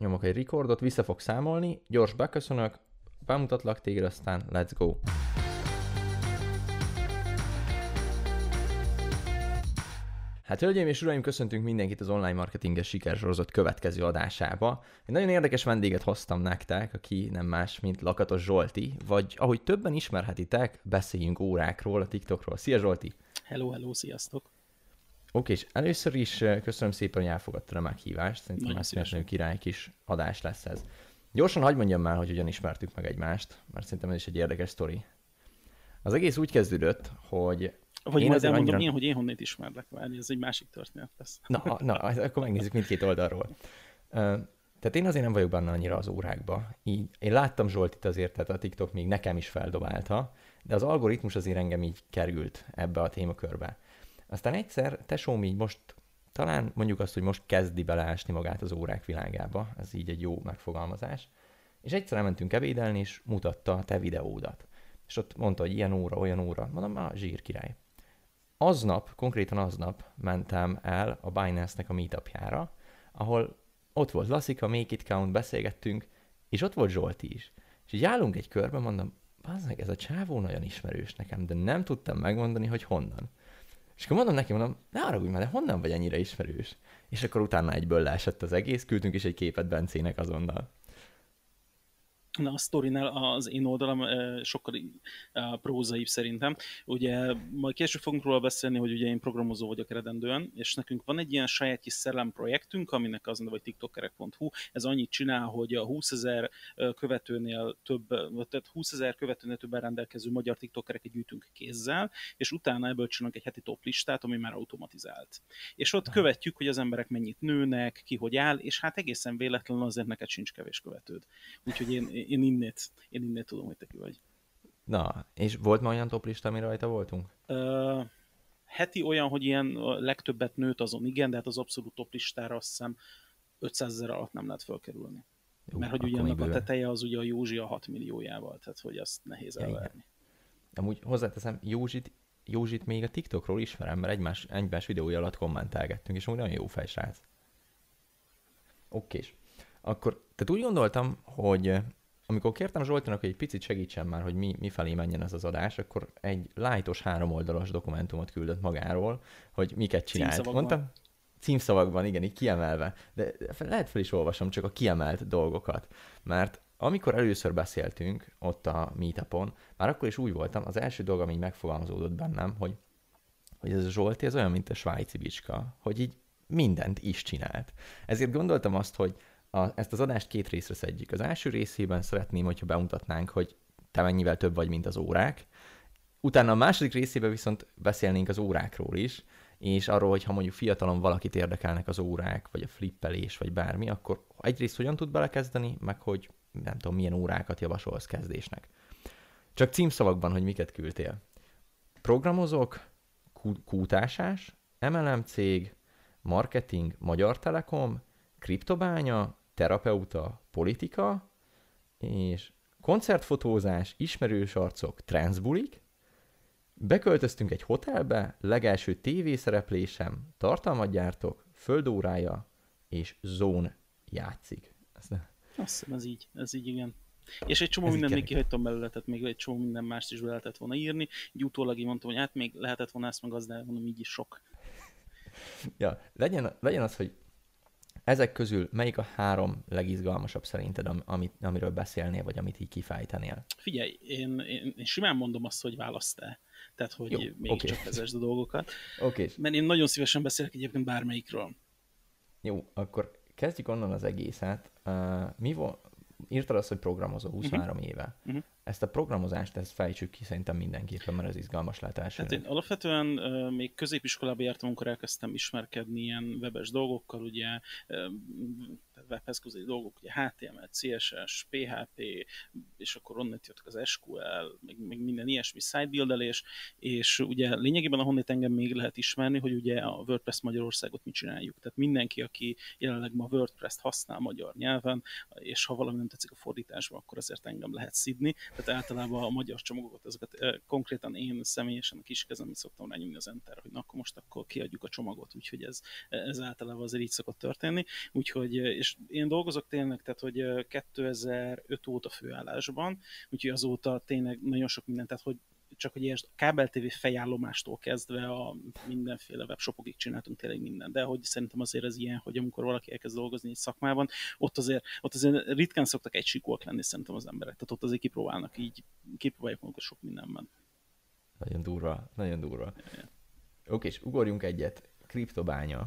nyomok egy recordot, vissza fog számolni, gyors beköszönök, bemutatlak téged, aztán let's go. Hát hölgyeim és uraim, köszöntünk mindenkit az online marketinges sikersorozat következő adásába. Egy nagyon érdekes vendéget hoztam nektek, aki nem más, mint Lakatos Zsolti, vagy ahogy többen ismerhetitek, beszéljünk órákról, a TikTokról. Szia Zsolti! Hello, sziasztok! Oké, és először is köszönöm szépen, hogy elfogadtad a meghívást. Szerintem már szívesen király kis adás lesz ez. Gyorsan hadd mondjam már, hogy hogyan ismertük meg egymást, mert szerintem ez is egy érdekes sztori. Az egész úgy kezdődött, hogy vagy majd elmondom én, hogy én honnét ismerlek, várni, ez egy másik történet lesz. Na, akkor megnézzük mindkét oldalról. Tehát én azért nem vagyok benne annyira az órákba. Így, én láttam Zsoltit azért, tehát a TikTok még nekem is feldobálta, de az algoritmus azért engem így került ebbe a témakörbe. Aztán egyszer tesóm így most, talán mondjuk azt, hogy most kezdi beleásni magát az órák világába, ez így egy jó megfogalmazás, és egyszer elmentünk ebédelni, és mutatta a te videódat. És ott mondta, hogy ilyen óra, olyan óra. Mondom, zsír király. Konkrétan aznap mentem el a Binance-nek a meetupjára, ahol ott volt Lassika, Make It Count, beszélgettünk, és ott volt Zsolti is. És így állunk egy körben, mondom, bazzeg, ez a csávó nagyon ismerős nekem, de nem tudtam megmondani, hogy honnan. És akkor mondom neki, ne haragudj már, de honnan vagy ennyire ismerős? És akkor utána egyből leesett az egész, küldtünk is egy képet Bencének azonnal. Na, a sztorinál az én oldalam sokkal prózaibb szerintem. Ugye majd később fogunk róla beszélni, hogy ugye én programozó vagyok eredendően, és nekünk van egy ilyen saját kis szellemprojektünk, aminek az neve, hogy tiktokerek.hu. Ez annyit csinál, hogy a 20 000 követőnél több, tehát 20 000 követőnél többen rendelkező magyar tiktokereket gyűjtünk kézzel, és utána ebből csinálunk egy heti top listát, ami már automatizált. És ott követjük, hogy az emberek mennyit nőnek, ki hogy áll, és hát egészen véletlenül azért neked sincs kevés követőd. Úgyhogy én innét tudom, hogy te ki vagy. Na, és volt már olyan toplista, amire rajta voltunk? Heti olyan, hogy ilyen legtöbbet nőtt azon, igen, de hát az abszolút toplistára azt hiszem 500 000 alatt nem lehet fölkerülni. Mert hogy ugye annak a teteje az ugye a Józsi a 6 milliójával, tehát hogy azt nehéz elverni. Amúgy hozzáteszem, Józsit még a TikTokról ismerem, mert egymás videója alatt kommentelgettünk, és amúgy nagyon jó fejsrác. Okés. Akkor, tehát úgy gondoltam, hogy amikor kértem Zsoltinak, hogy egy picit segítsen már, hogy mi felé menjen ez az adás, akkor egy lightos 3 oldalas dokumentumot küldött magáról, hogy miket csinált. Címszavakban. Mondtam, címszavakban, igen, így kiemelve. De lehet fel is olvasom csak a kiemelt dolgokat. Mert amikor először beszéltünk ott a meetupon, már akkor is úgy voltam, az első dolog, ami megfogalmazódott bennem, hogy ez a Zsolti, ez olyan, mint a svájci bicska, hogy így mindent is csinált. Ezért gondoltam azt, hogy ezt az adást 2 részre szedjük. Az első részében szeretném, hogyha bemutatnánk, hogy te mennyivel több vagy, mint az órák. Utána a második részében viszont beszélnénk az órákról is, és arról, hogy ha mondjuk fiatalon valakit érdekelnek az órák, vagy a flippelés, vagy bármi, akkor egyrészt hogyan tud belekezdeni, meg hogy nem tudom, milyen órákat javasolsz kezdésnek. Csak címszavakban, hogy miket küldtél. Programozok, kútásás, MLM cég, marketing, Magyar Telekom, kriptobánya, terapeuta, politika, és koncertfotózás, ismerős arcok, transzbulik, beköltöztünk egy hotelbe, legelső tévészereplésem, tartalmat gyártok, földórája, és Zone játszik. Azt hiszem, ez így igen. És egy csomó mindent még kihagytam belőle, tehát még egy csomó minden mást is be lehetett volna írni. Így utólag így mondtam, hogy hát még lehetett volna ezt meg az, de mondom, így is sok. Ja, legyen az, hogy ezek közül melyik a 3 legizgalmasabb szerinted, amiről beszélnél, vagy amit így kifejtenél? Figyelj, én simán mondom azt, hogy választ-e. Tehát, hogy csak vezesd a dolgokat. Mert én nagyon szívesen beszélek egyébként bármelyikről. Jó, akkor kezdjük onnan az egészet. Írtad azt, hogy programozó 23 éve. Ezt a programozást, ezt fejtsük ki szerintem mindenképpen, mert ez izgalmas lehet elsőnek. Hát én alapvetően még középiskolába jártam, amikor elkezdtem ismerkedni ilyen webes dolgokkal, ugye webhez közeli dolgok, ugye HTML, CSS, PHP, és akkor onnan jöttek az SQL, meg minden ilyesmi sidebuildelés, és ugye lényegében ahonnét engem még lehet ismerni, hogy ugye a WordPress Magyarországot mit csináljuk. Tehát mindenki, aki jelenleg ma WordPress-t használ magyar nyelven, és ha valami nem tetszik a fordításban, akkor azért engem lehet szidni. Tehát általában a magyar csomagokat, ezeket konkrétan én személyesen a kis kezemben szoktam rányomni az enter, hogy na akkor kiadjuk a csomagot, úgyhogy ez általában azért így szokott történni. Úgyhogy, és én dolgozok tényleg, tehát hogy 2005 óta főállásban, úgyhogy azóta tényleg nagyon sok mindent, tehát hogy csak hogy értsd, a kábel TV fejállomástól kezdve a mindenféle webshopokig csináltunk tényleg minden, de hogy szerintem azért ez ilyen, hogy amikor valaki elkezd dolgozni egy szakmában, ott azért ritkán szoktak egysikúak lenni szerintem az emberek, tehát ott azért kipróbálják magukat sok mindenben. Nagyon durva, nagyon durva. Oké, és ugorjunk egyet. Kriptobánya.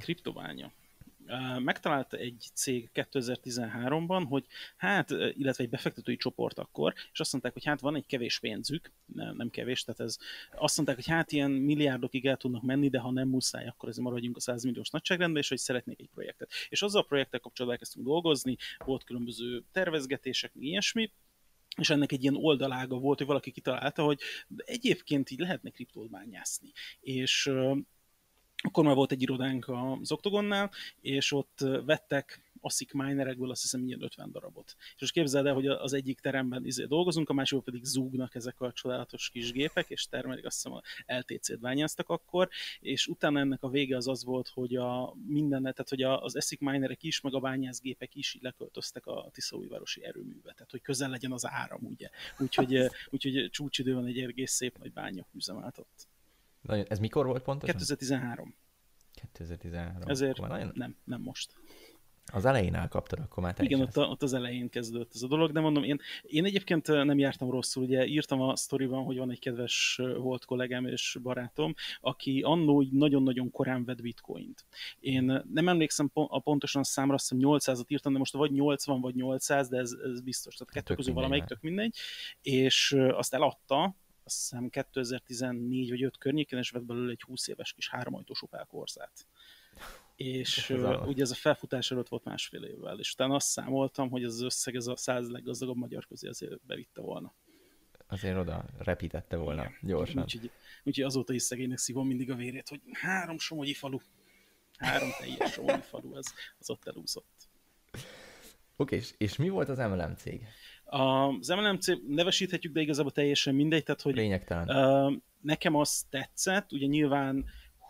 Megtalálta egy cég 2013-ban, hogy illetve egy befektetői csoport akkor, és azt mondták, hogy van egy kevés pénzük, nem kevés, tehát azt mondták, hogy ilyen milliárdokig el tudnak menni, de ha nem muszáj, akkor ezért maradjunk a 100 milliós nagyságrendben, és hogy szeretnék egy projektet. És azzal a projekttel kapcsolatban elkezdtünk dolgozni, volt különböző tervezgetések, ilyesmi, és ennek egy ilyen oldalága volt, hogy valaki kitalálta, hogy egyébként így lehetne kriptót bányászni. És akkor már volt egy irodánk az Octogonnál, és ott vettek ASIC minerekből azt hiszem ilyen 50 darabot. És most képzeld el, hogy az egyik teremben dolgozunk, a másikban pedig zúgnak ezek a csodálatos kis gépek, és termelik, azt hiszem a LTC-t bányáztak akkor, és utána ennek a vége az volt, hogy tehát hogy az ASIC minerek is, meg a bányászgépek is így leköltöztek a Tiszaújvárosi erőműbe, tehát hogy közel legyen az áram, ugye. Úgyhogy csúcsidőben egy egész szép nagy bánya üzemeltet. Ez mikor volt pontosan? 2013. 2013. Ezért nem most. Az elején elkaptad, akkor már teljesen. Igen, ott az elején kezdődött ez a dolog, de mondom, én egyébként nem jártam rosszul, ugye írtam a sztoriban, hogy van egy kedves volt kollégám és barátom, aki annó nagyon-nagyon korán vett bitcoint. Én nem emlékszem pontosan a számra, azt hiszem 800-at írtam, de most vagy 80 vagy 800, de ez biztos, tehát kettő közül valamelyik, tök mindegy, és azt eladta, azt hiszem 2014 vagy 5 környéken, és vett belőle egy 20 éves kis 3-ajtós Opel Corsát. És ugye ez a felfutás előtt volt 1,5 évvel, és utána azt számoltam, hogy az összeg, ez a 100 leggazdagabb magyar közé azért bevitte volna. Azért oda repítette volna, igen, gyorsan. Úgyhogy azóta is szegénynek szívom mindig a vérét, hogy 3 somogyi falu, 3 teljes somogyi falu, az ott elúszott. Oké, és mi volt az MLM cég? Az MLM cég nevesíthetjük, de igazából teljesen mindegy, tehát hogy nekem az tetszett, ugye nyilván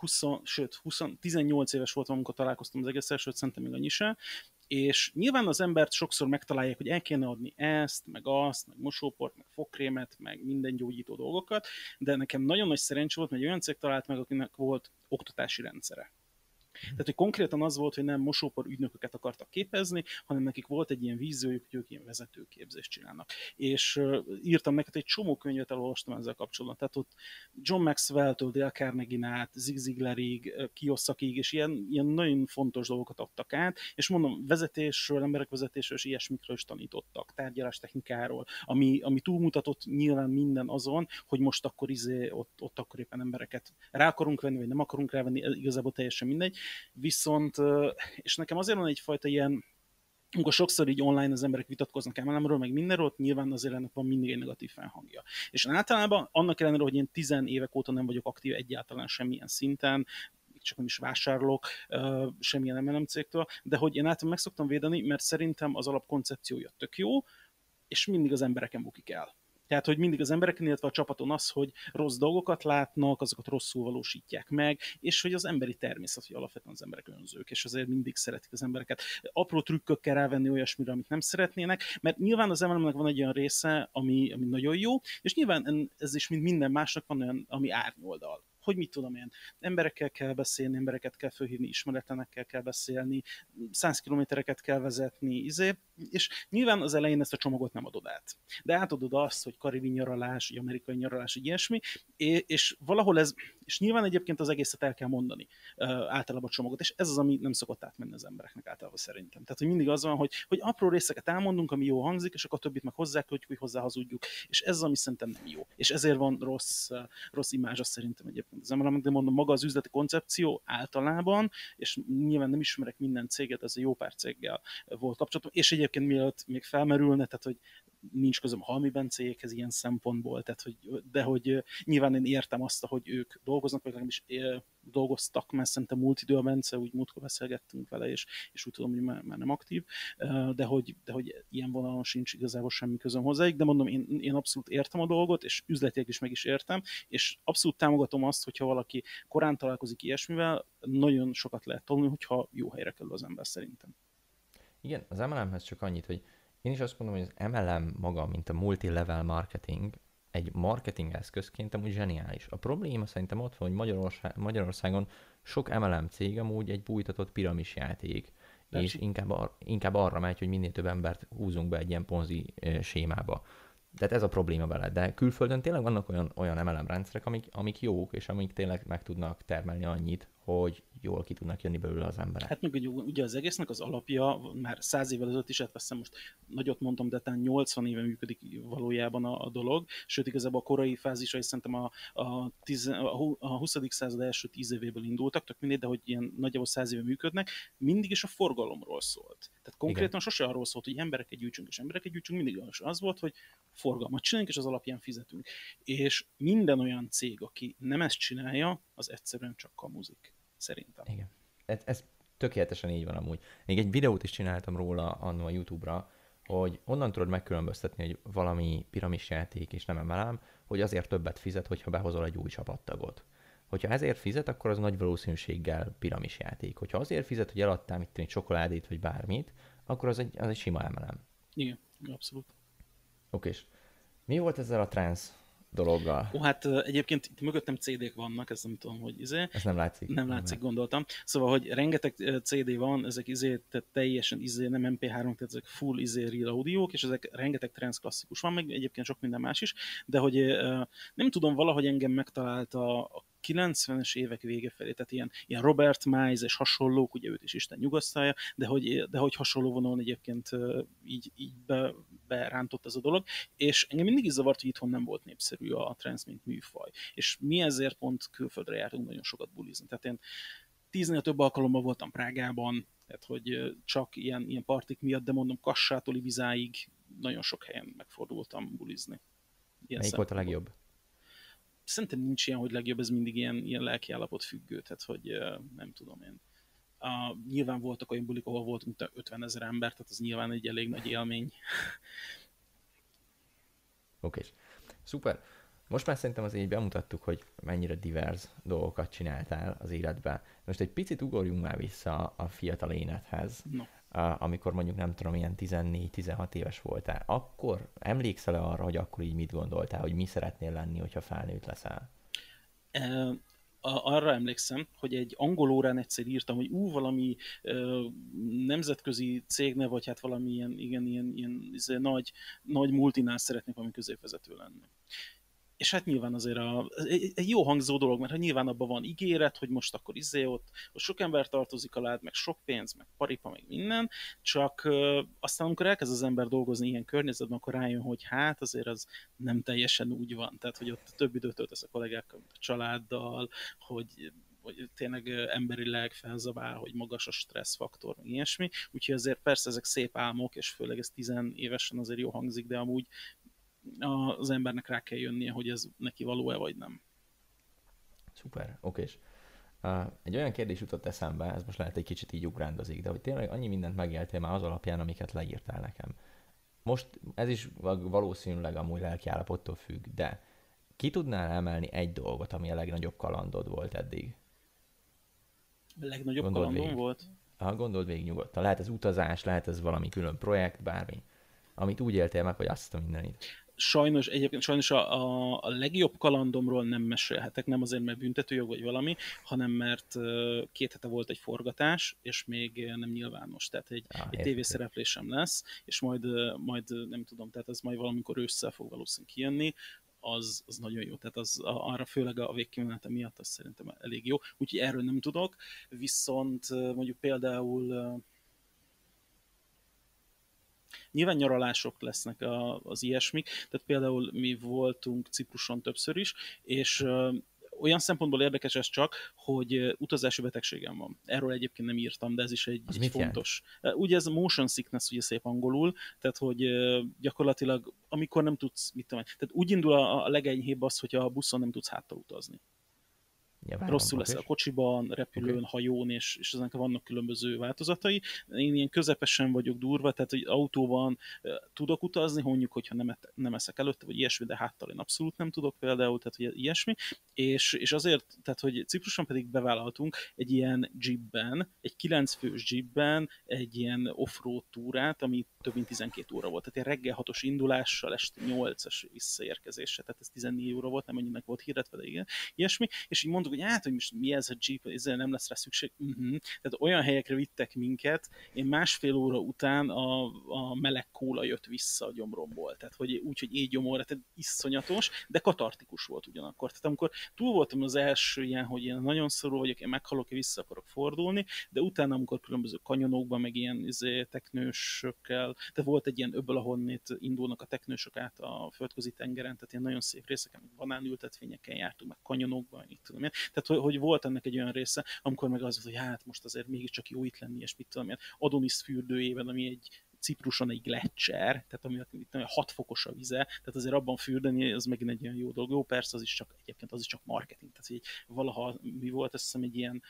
18 éves voltam, amikor találkoztam az egész sőt, szerintem még annyi sem, és nyilván az embert sokszor megtalálják, hogy el kéne adni ezt, meg azt, meg mosóport, meg fogkrémet, meg minden gyógyító dolgokat, de nekem nagyon nagy szerencsé volt, mert egy olyan cég talált meg, akinek volt oktatási rendszere. Tehát, hogy konkrétan az volt, hogy nem mosópor ügynököket akartak képezni, hanem nekik volt egy ilyen víziójuk, hogy ők ilyen vezetőképzést csinálnak. És írtam neked egy csomó könyvet, elolvastam ezzel kapcsolatban. Tehát ott John Maxwell-től Dale Carnegie-n át, Zig Ziglarig, Kiyosakig, és ilyen nagyon fontos dolgokat adtak át, és mondom, vezetésről, emberek vezetésről és ilyesmikről is tanítottak, tárgyalástechnikáról, ami túlmutatott nyilván minden azon, hogy most akkor ott akkor éppen embereket rá akarunk venni, vagy nem akarunk rávenni, igazából teljesen mindegy. Viszont, és nekem azért van egyfajta ilyen, amikor sokszor így online az emberek vitatkoznak MLM-ről, meg mindenről, ott nyilván azért ennek van mindig egy negatív felhangja. És általában annak ellenére, hogy én 10 évek óta nem vagyok aktív egyáltalán semmilyen szinten, csak nem is vásárolok semmilyen MLM cégtől, de hogy én általában meg szoktam védeni, mert szerintem az alapkoncepciója tök jó, és mindig az embereken bukik el. Tehát, hogy mindig az embereken, illetve a csapaton az, hogy rossz dolgokat látnak, azokat rosszul valósítják meg, és hogy az emberi természet, hogy alapvetően az emberek önzők, és azért mindig szeretik az embereket apró trükkökkel rávenni olyasmire, amit nem szeretnének, mert nyilván az MLM-nek van egy olyan része, ami nagyon jó, és nyilván ez is, mint minden másnak van olyan, ami árnyoldal. Hogy mit tudom én, emberekkel kell beszélni, embereket kell fölhívni, ismeretlenekkel kell beszélni, 100 kilométereket kell vezetni, és nyilván az elején ezt a csomagot nem adod át. De átadod azt, hogy karibi nyaralás, vagy amerikai nyaralás, ilyesmi, és valahol és nyilván egyébként az egészet el kell mondani általában a csomagot, és ez az, ami nem szokott átmenni az embereknek általában szerintem. Tehát, hogy mindig az van, hogy apró részeket elmondunk, ami jó hangzik, és akkor a többit meg hozzákötjük, hogy hozzáhazudjuk, és ez az, ami szerintem nem jó. És ezért van rossz imázsa szerintem egyébként az MLM, de mondom, maga az üzleti koncepció általában, és nyilván nem ismerek minden céget, ez a jó pár céggel volt kapcsolatom, és egyébként mielőtt még felmerülne, tehát hogy nincs közöm Halmi Bencéjékhez ilyen szempontból, tehát, de hogy nyilván én értem azt, hogy ők dolgoznak, vagy legalábbis dolgoztak, mert szerintem múlt idő a Bence, úgy múltkor beszélgettünk vele, és úgy tudom, hogy már nem aktív, de hogy ilyen vonalon sincs igazából semmi közöm hozzájuk, de mondom, én abszolút értem a dolgot, és üzletileg is meg is értem, és abszolút támogatom azt, hogyha valaki korán találkozik ilyesmivel, nagyon sokat lehet tanulni, hogyha jó helyre kerül az ember szerintem. Igen, az MLM-hez csak annyit, hogy én is azt mondom, hogy az MLM maga, mint a multi-level marketing, egy marketing eszközként amúgy zseniális. A probléma szerintem ott van, hogy Magyarországon sok MLM cég amúgy egy bújtatott piramisjáték, és inkább arra megy, hogy minél több embert húzunk be egy ilyen ponzi sémába. Tehát ez a probléma vele. De külföldön tényleg vannak olyan MLM rendszerek, amik jók, és amik tényleg meg tudnak termelni annyit, hogy jól ki tudnak jönni belőle az emberek. Hát meg ugye az egésznek az alapja már 100 évvel ezelőtt is, hát veszem most nagyot mondtam, de talán 80 éve működik valójában a dolog, sőt igazából a korai fázisai szerintem a 20. század első 10 évéből indultak, tök mindegy, de hogy ilyen nagyjából 100 éve működnek, mindig is a forgalomról szólt. Tehát konkrétan igen, sose arról szólt, hogy embereket gyűjtsünk, mindig az volt, hogy forgalmat csináljunk, és az alapján fizetünk. És minden olyan cég, aki nem ezt csinálja, az egyszerűen csak kamuzik. Szerintem. Igen. Ez tökéletesen így van amúgy. Még egy videót is csináltam róla annó a YouTube-ra, hogy onnan tudod megkülönböztetni, hogy valami piramisjáték és nem emelem, hogy azért többet fizet, hogyha behozol egy új csapattagot. Hogyha ezért fizet, akkor az nagy valószínűséggel piramisjáték. Hogyha azért fizet, hogy eladtál mit egy csokoládét vagy bármit, akkor az egy sima emelem. Igen, abszolút. Oké. Mi volt ezzel a transz dologgal? Hát egyébként itt mögöttem CD-k vannak, ezt nem tudom, hogy Ez nem látszik. Nem látszik, gondoltam. Szóval, hogy rengeteg CD van, ezek tehát teljesen nem MP3, tehát ezek full real audiók, és ezek rengeteg trance klasszikus van, meg egyébként sok minden más is, de hogy nem tudom, valahogy engem megtalálta a 90-es évek vége felé, tehát ilyen Robert Miles és hasonlók, ugye őt is Isten nyugasztalja, de hogy hasonló vonalon egyébként így berántott ez a dolog, és engem mindig is zavart, hogy itthon nem volt népszerű a trance, mint műfaj. És mi ezért pont külföldre jártunk nagyon sokat bulizni. Tehát én 10-nél több alkalommal voltam Prágában, tehát hogy csak ilyen partik miatt, de mondom Kassától Ibizáig nagyon sok helyen megfordultam bulizni. Melyik volt a legjobb? Szerintem nincs ilyen, hogy legjobb, ez mindig ilyen lelkiállapot függő, tehát hogy nem tudom én. Nyilván voltak olyan bulik, ahol voltunk 50 000 ember, tehát az nyilván egy elég nagy élmény. Oké. Szuper. Most már szerintem azért így bemutattuk, hogy mennyire divers dolgokat csináltál az életben. Most egy picit ugorjunk már vissza a fiatal énedhez. No. Amikor mondjuk nem tudom, ilyen 14-16 éves voltál. Akkor emlékszel-e arra, hogy akkor így mit gondoltál, hogy mi szeretnél lenni, hogyha felnőtt leszel? Arra emlékszem, hogy egy angol órán egyszer írtam, hogy valami nemzetközi cégne, vagy hát valami ilyen nagy multinál szeretnék valami középvezető lenni. És hát nyilván azért egy jó hangzó dolog, mert nyilván abban van ígéret, hogy most akkor ott sok ember tartozik alád, meg sok pénz, meg paripa, meg minden, csak aztán amikor elkezd az ember dolgozni ilyen környezetben, akkor rájön, hogy hát azért az nem teljesen úgy van, tehát hogy ott több időt töltesz a kollégákkal, mint a családdal, hogy tényleg emberileg felzabál, hogy magas a stresszfaktor, meg ilyesmi. Úgyhogy azért persze ezek szép álmok, és főleg ez 10 évesen azért jó hangzik, de amúgy az embernek rá kell jönnie, hogy ez neki való-e, vagy nem. Szuper, okés. Egy olyan kérdés jutott eszembe, ez most lehet egy kicsit így ugrándozik, de hogy tényleg annyi mindent megéltél már az alapján, amiket leírtál nekem. Most ez is valószínűleg amúgy lelkiállapottól függ, de ki tudnál emelni egy dolgot, ami a legnagyobb kalandod volt eddig? A legnagyobb kalandom volt? Gondold végig nyugodtan. Lehet ez utazás, lehet ez valami külön projekt, bármi. Amit úgy éltél meg, hogy azt a mindenit. Sajnos a legjobb kalandomról nem mesélhetek, nem azért, mert büntetőjog vagy valami, hanem mert 2 hete volt egy forgatás, és még nem nyilvános, tehát egy tévészereplésem lesz, és majd nem tudom, tehát ez majd valamikor ősszel fog valószínűleg kijönni, az nagyon jó, tehát arra főleg a végkívánata miatt az szerintem elég jó, úgyhogy erről nem tudok, viszont mondjuk például nyilván nyaralások lesznek az ilyesmik, tehát például mi voltunk Cipruson többször is, és Olyan szempontból érdekes ez csak, hogy utazási betegségem van. Erről egyébként nem írtam, de ez is egy fontos. Ugye ez a motion sickness, ugye szép angolul, tehát hogy gyakorlatilag amikor nem tudsz, mit tudom, tehát úgy indul a legenyhébb az, hogyha a buszon nem tudsz háttal utazni. Nyilván, rosszul lesz a kocsiban, repülőn, hajón, és ennek vannak különböző változatai. Én ilyen közepesen vagyok durva, tehát hogy autóban tudok utazni, mondjuk, hogyha nem eszek előtte, vagy ilyesmi, de háttal én abszolút nem tudok például, tehát hogy ilyesmi. És azért, tehát hogy Cipruson pedig bevállaltunk egy ilyen jeepben, egy 9 fős jeepben egy ilyen off-road túrát, ami több mint 12 óra volt. Tehát ilyen reggel 6-os indulással, este 8-as visszaérkezése, tehát ez 14 óra volt, nem annyinek volt hirdetve, de igen, ilyesmi, és így mondtuk, hogy hát, hogy most mi ez a Jeep, ezzel nem lesz rá szükség. Tehát olyan helyekre vittek minket, én másfél óra után a meleg kóla jött vissza a gyomromból. Tehát, hogy úgy, hogy éjgyomorra, tehát iszonyatos, de katartikus volt ugyanakkor. Tehát amikor túl voltam az első ilyen, hogy én nagyon szorul vagyok, én meghalok, és vissza akarok fordulni, de utána, amikor különböző kanyonokban, meg ilyen teknősökkel, tehát volt egy ilyen öbből, ahonnét indulnak a teknősök át a földközi tengeren, tehát ilyen nagyon szép részeken, banánültetvényeken jártunk, meg kanyonokban, így tudom én. Tehát, hogy volt ennek egy olyan része, amikor meg az volt, hogy hát most azért mégiscsak jó itt lenni, és mit tudom én, Adonis fürdőjében, ami egy Cipruson egy gletscher, tehát ami 6 fokos a vize, tehát azért abban fürdeni, az megint egy olyan jó dolog. Jó, persze, egyébként az is csak marketing, tehát hogy valaha mi volt, azt hiszem egy ilyen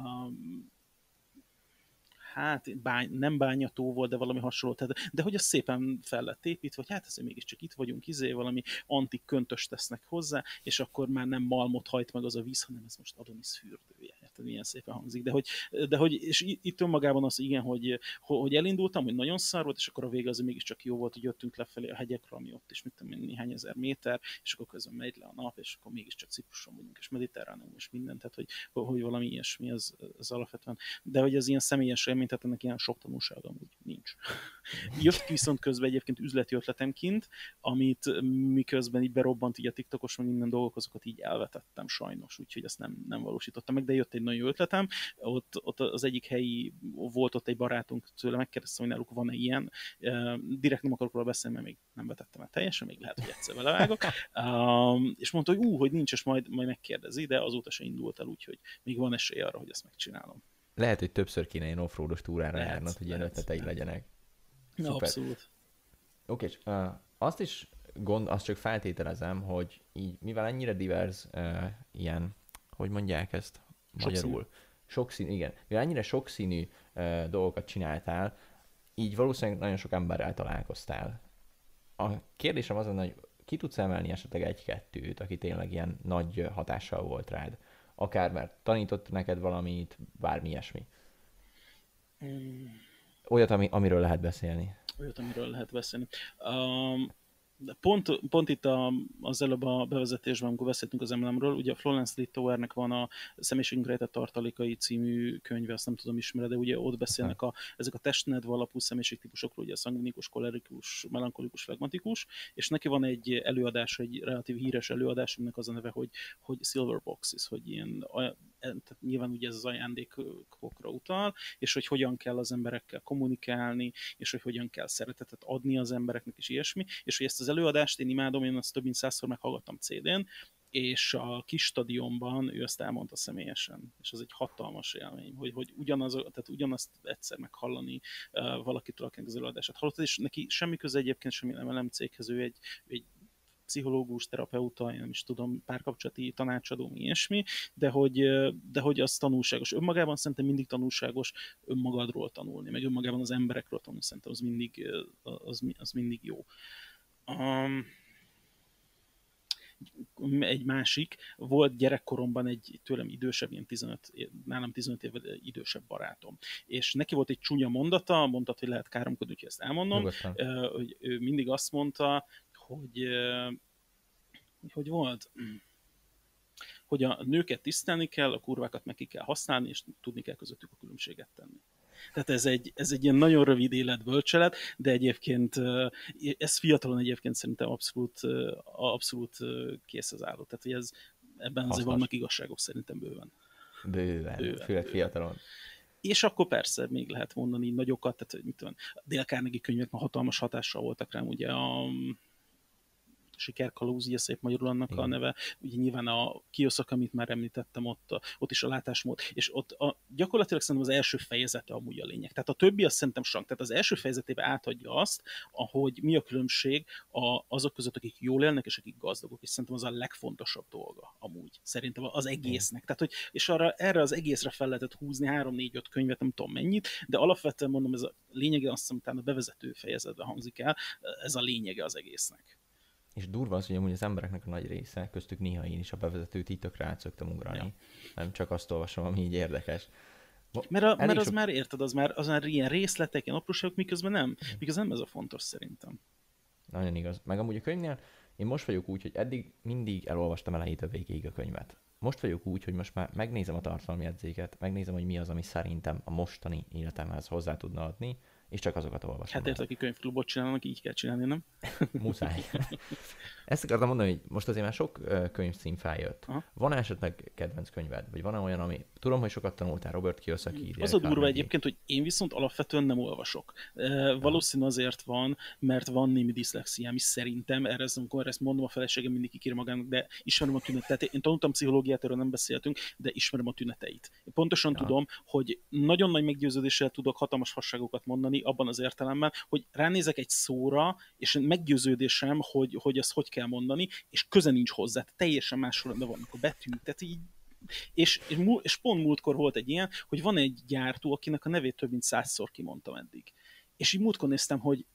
hát nem bányató volt, de valami hasonló, de hogy az szépen fel lett építve, hogy hát azért mégiscsak itt vagyunk, valami antik köntöst tesznek hozzá, és akkor már nem malmot hajt meg az a víz, hanem ez most Adonis fürdője. Tehát milyen szépen hangzik. De hogy és itt önmagában az igen, hogy elindultam, hogy nagyon szar volt, és akkor a vége az mégiscsak jó volt, hogy jöttünk lefelé a hegyekre, ami ott is, mit tudom én, néhány ezer méter, és akkor közben megy le a nap, és akkor mégiscsak Cipruson vagyunk, és mediterráneum, és minden, tehát hogy valami ilyesmi az alapvetően. De hogy az ilyen személyes élmény, tehát ennek ilyen sok tanulsága amúgy nincs. Jött viszont közben egyébként üzleti ötletemként, amit miközben így berobbant így a TikTokos, meg minden dolgok, azokat így elvetettem sajnos, úgyhogy ezt nem valósítottam meg, de jött egy nagyon jó ötletem. Ott az egyik helyi, volt ott egy barátunk, tőle megkérdeztem, hogy náluk van-e ilyen. Direkt nem akarok róla beszélni, mert még nem vetettem el teljesen, még lehet, hogy egyszer belevágok. És mondta, hogy hogy nincs, és majd megkérdezi, de azóta se indult el, úgyhogy még van esély arra, hogy ezt megcsinálom. Lehet, hogy többször kéne ilyen offroados túrára járnod, hogy ilyen ötleteid legyenek. Na, abszolút. Oké, és azt is azt csak feltételezem, hogy így, mivel ennyire divers ilyen, hogy mondják ezt magyarul? Sokszínű, igen. Mivel ennyire sokszínű dolgokat csináltál, így valószínűleg nagyon sok emberrel találkoztál. A kérdésem az, hogy ki tudsz emelni esetleg egy-kettőt, aki tényleg ilyen nagy hatással volt rád? Akár mert tanított neked valamit, bármi ilyesmi. Olyat, amiről lehet beszélni. Olyat, amiről lehet beszélni. Pont itt az előbb a bevezetésben, amikor beszéltünk az MLM-ről, ugye a Florence Littauernek van a Személyiségünk rejtett tartalékai című könyve, azt nem tudom ismerni, de ugye ott beszélnek ezek a testnedv alapú személyiségtípusokról, ugye a szangvinikus, kolerikus, melankolikus, flegmatikus, és neki van egy előadás, egy relatív híres előadás, aminek az a neve, hogy Silver Boxes, hogy ilyen, tehát nyilván ugye ez az ajándékokra utal, és hogy hogyan kell az emberekkel kommunikálni, és hogy hogyan kell szeretetet adni az embereknek, és ilyesmi, és hogy ezt az előadást én imádom, én azt több mint 100-szor meghallgattam CD-n, és a kis stadionban ő azt elmondta személyesen, és az egy hatalmas élmény, hogy ugyanazt egyszer meghallani valakitől, akinek az előadását hallottad, és neki semmi köze egyébként semmi nem céghez, ő egy pszichológus, terapeuta, én nem is tudom, párkapcsolati tanácsadó, ilyesmi, de hogy az tanulságos. Önmagában szerintem mindig tanulságos önmagadról tanulni, meg önmagában az emberekről tanulni, szerintem az mindig jó. Egy másik, volt gyerekkoromban egy tőlem idősebb, nálam 15 évvel idősebb barátom. És neki volt egy csúnya mondta, hogy lehet káromkodni, úgyhogy ezt elmondom, hogy ő mindig azt mondta, hogy volt, hogy a nőket tisztelni kell, a kurvákat meg ki kell használni, és tudni kell közöttük a különbséget tenni. Tehát ez egy ilyen nagyon rövid életbölcselet, de egyébként ez fiatalon egyébként szerintem abszolút készhez álló. Tehát hogy ebben azért vannak igazságok szerintem bőven. Bőven. Főleg fiatalon. És akkor persze még lehet mondani nagyokat, tehát mit tudom, a Dale Carnegie könyvek ma hatalmas hatással voltak rám, ugye Sikerkalózia, szép magyarul annak a neve. Ugye nyilván a Kiyosaki, amit már említettem, ott is a látásmód, és ott gyakorlatilag szerintem az első fejezete amúgy a lényeg. Tehát a többi azt szerintem sank. Tehát az első fejezetében átadja azt, ahogy mi a különbség azok között, akik jól élnek, és akik gazdagok, és szerintem az a legfontosabb dolga amúgy. Szerintem az egésznek. Tehát, hogy, és erre az egészre fel lehetett húzni 3-4-5 könyvet, nem tudom mennyit, de alapvetően mondom, ez a lényege, azt hiszem, utána a bevezető fejezetben hangzik el, ez a lényege az egésznek. És durva az, hogy amúgy az embereknek a nagy része, köztük néha én is a bevezetőt így tökre át szoktam ugrani. Ja. Nem csak azt olvasom, ami így érdekes. Mert az már, érted, az már ilyen részletek, ilyen apróságok, miközben nem ez a fontos szerintem. Nagyon igaz. Meg amúgy a könyvnél én most vagyok úgy, hogy eddig mindig elolvastam elejétől végéig a könyvet. Most vagyok úgy, hogy most már megnézem a tartalomjegyzéket, megnézem, hogy mi az, ami szerintem a mostani életemhez hozzá tudna adni, és csak azokat olvasom. Hát érted, aki könyvklubot csinálnak, így kell csinálni, nem? Muszáj. Ezt akartam mondani, hogy most azért már sok könyvcím feljött. Aha. Van esetleg kedvenc könyved? Vagy van olyan, ami... Tudom, hogy sokat tanultál, Robert Kiyosaki. Az a durva egyébként, hogy én viszont alapvetően nem olvasok. Valószínű azért van, mert van némi diszlexiám is szerintem, amikor ezt mondom, a feleségem mindig kikér magának, de ismerem a tüneteit. Én tanultam pszichológiát, erről nem beszéltünk, de ismerem a tüneteit. Én pontosan tudom, hogy nagyon nagy meggyőződéssel tudok hatalmas hasságokat mondani, abban az értelemben, hogy ránézek egy szóra, és meggyőződésem, hogy azt hogy kell mondani, és köze nincs hozzá, teljesen más sorrendben vannak a betűk, tehát így. És pont múltkor volt egy ilyen, hogy van egy gyártó, akinek a nevét több mint 100-szor kimondtam eddig. És így múltkor néztem, hogy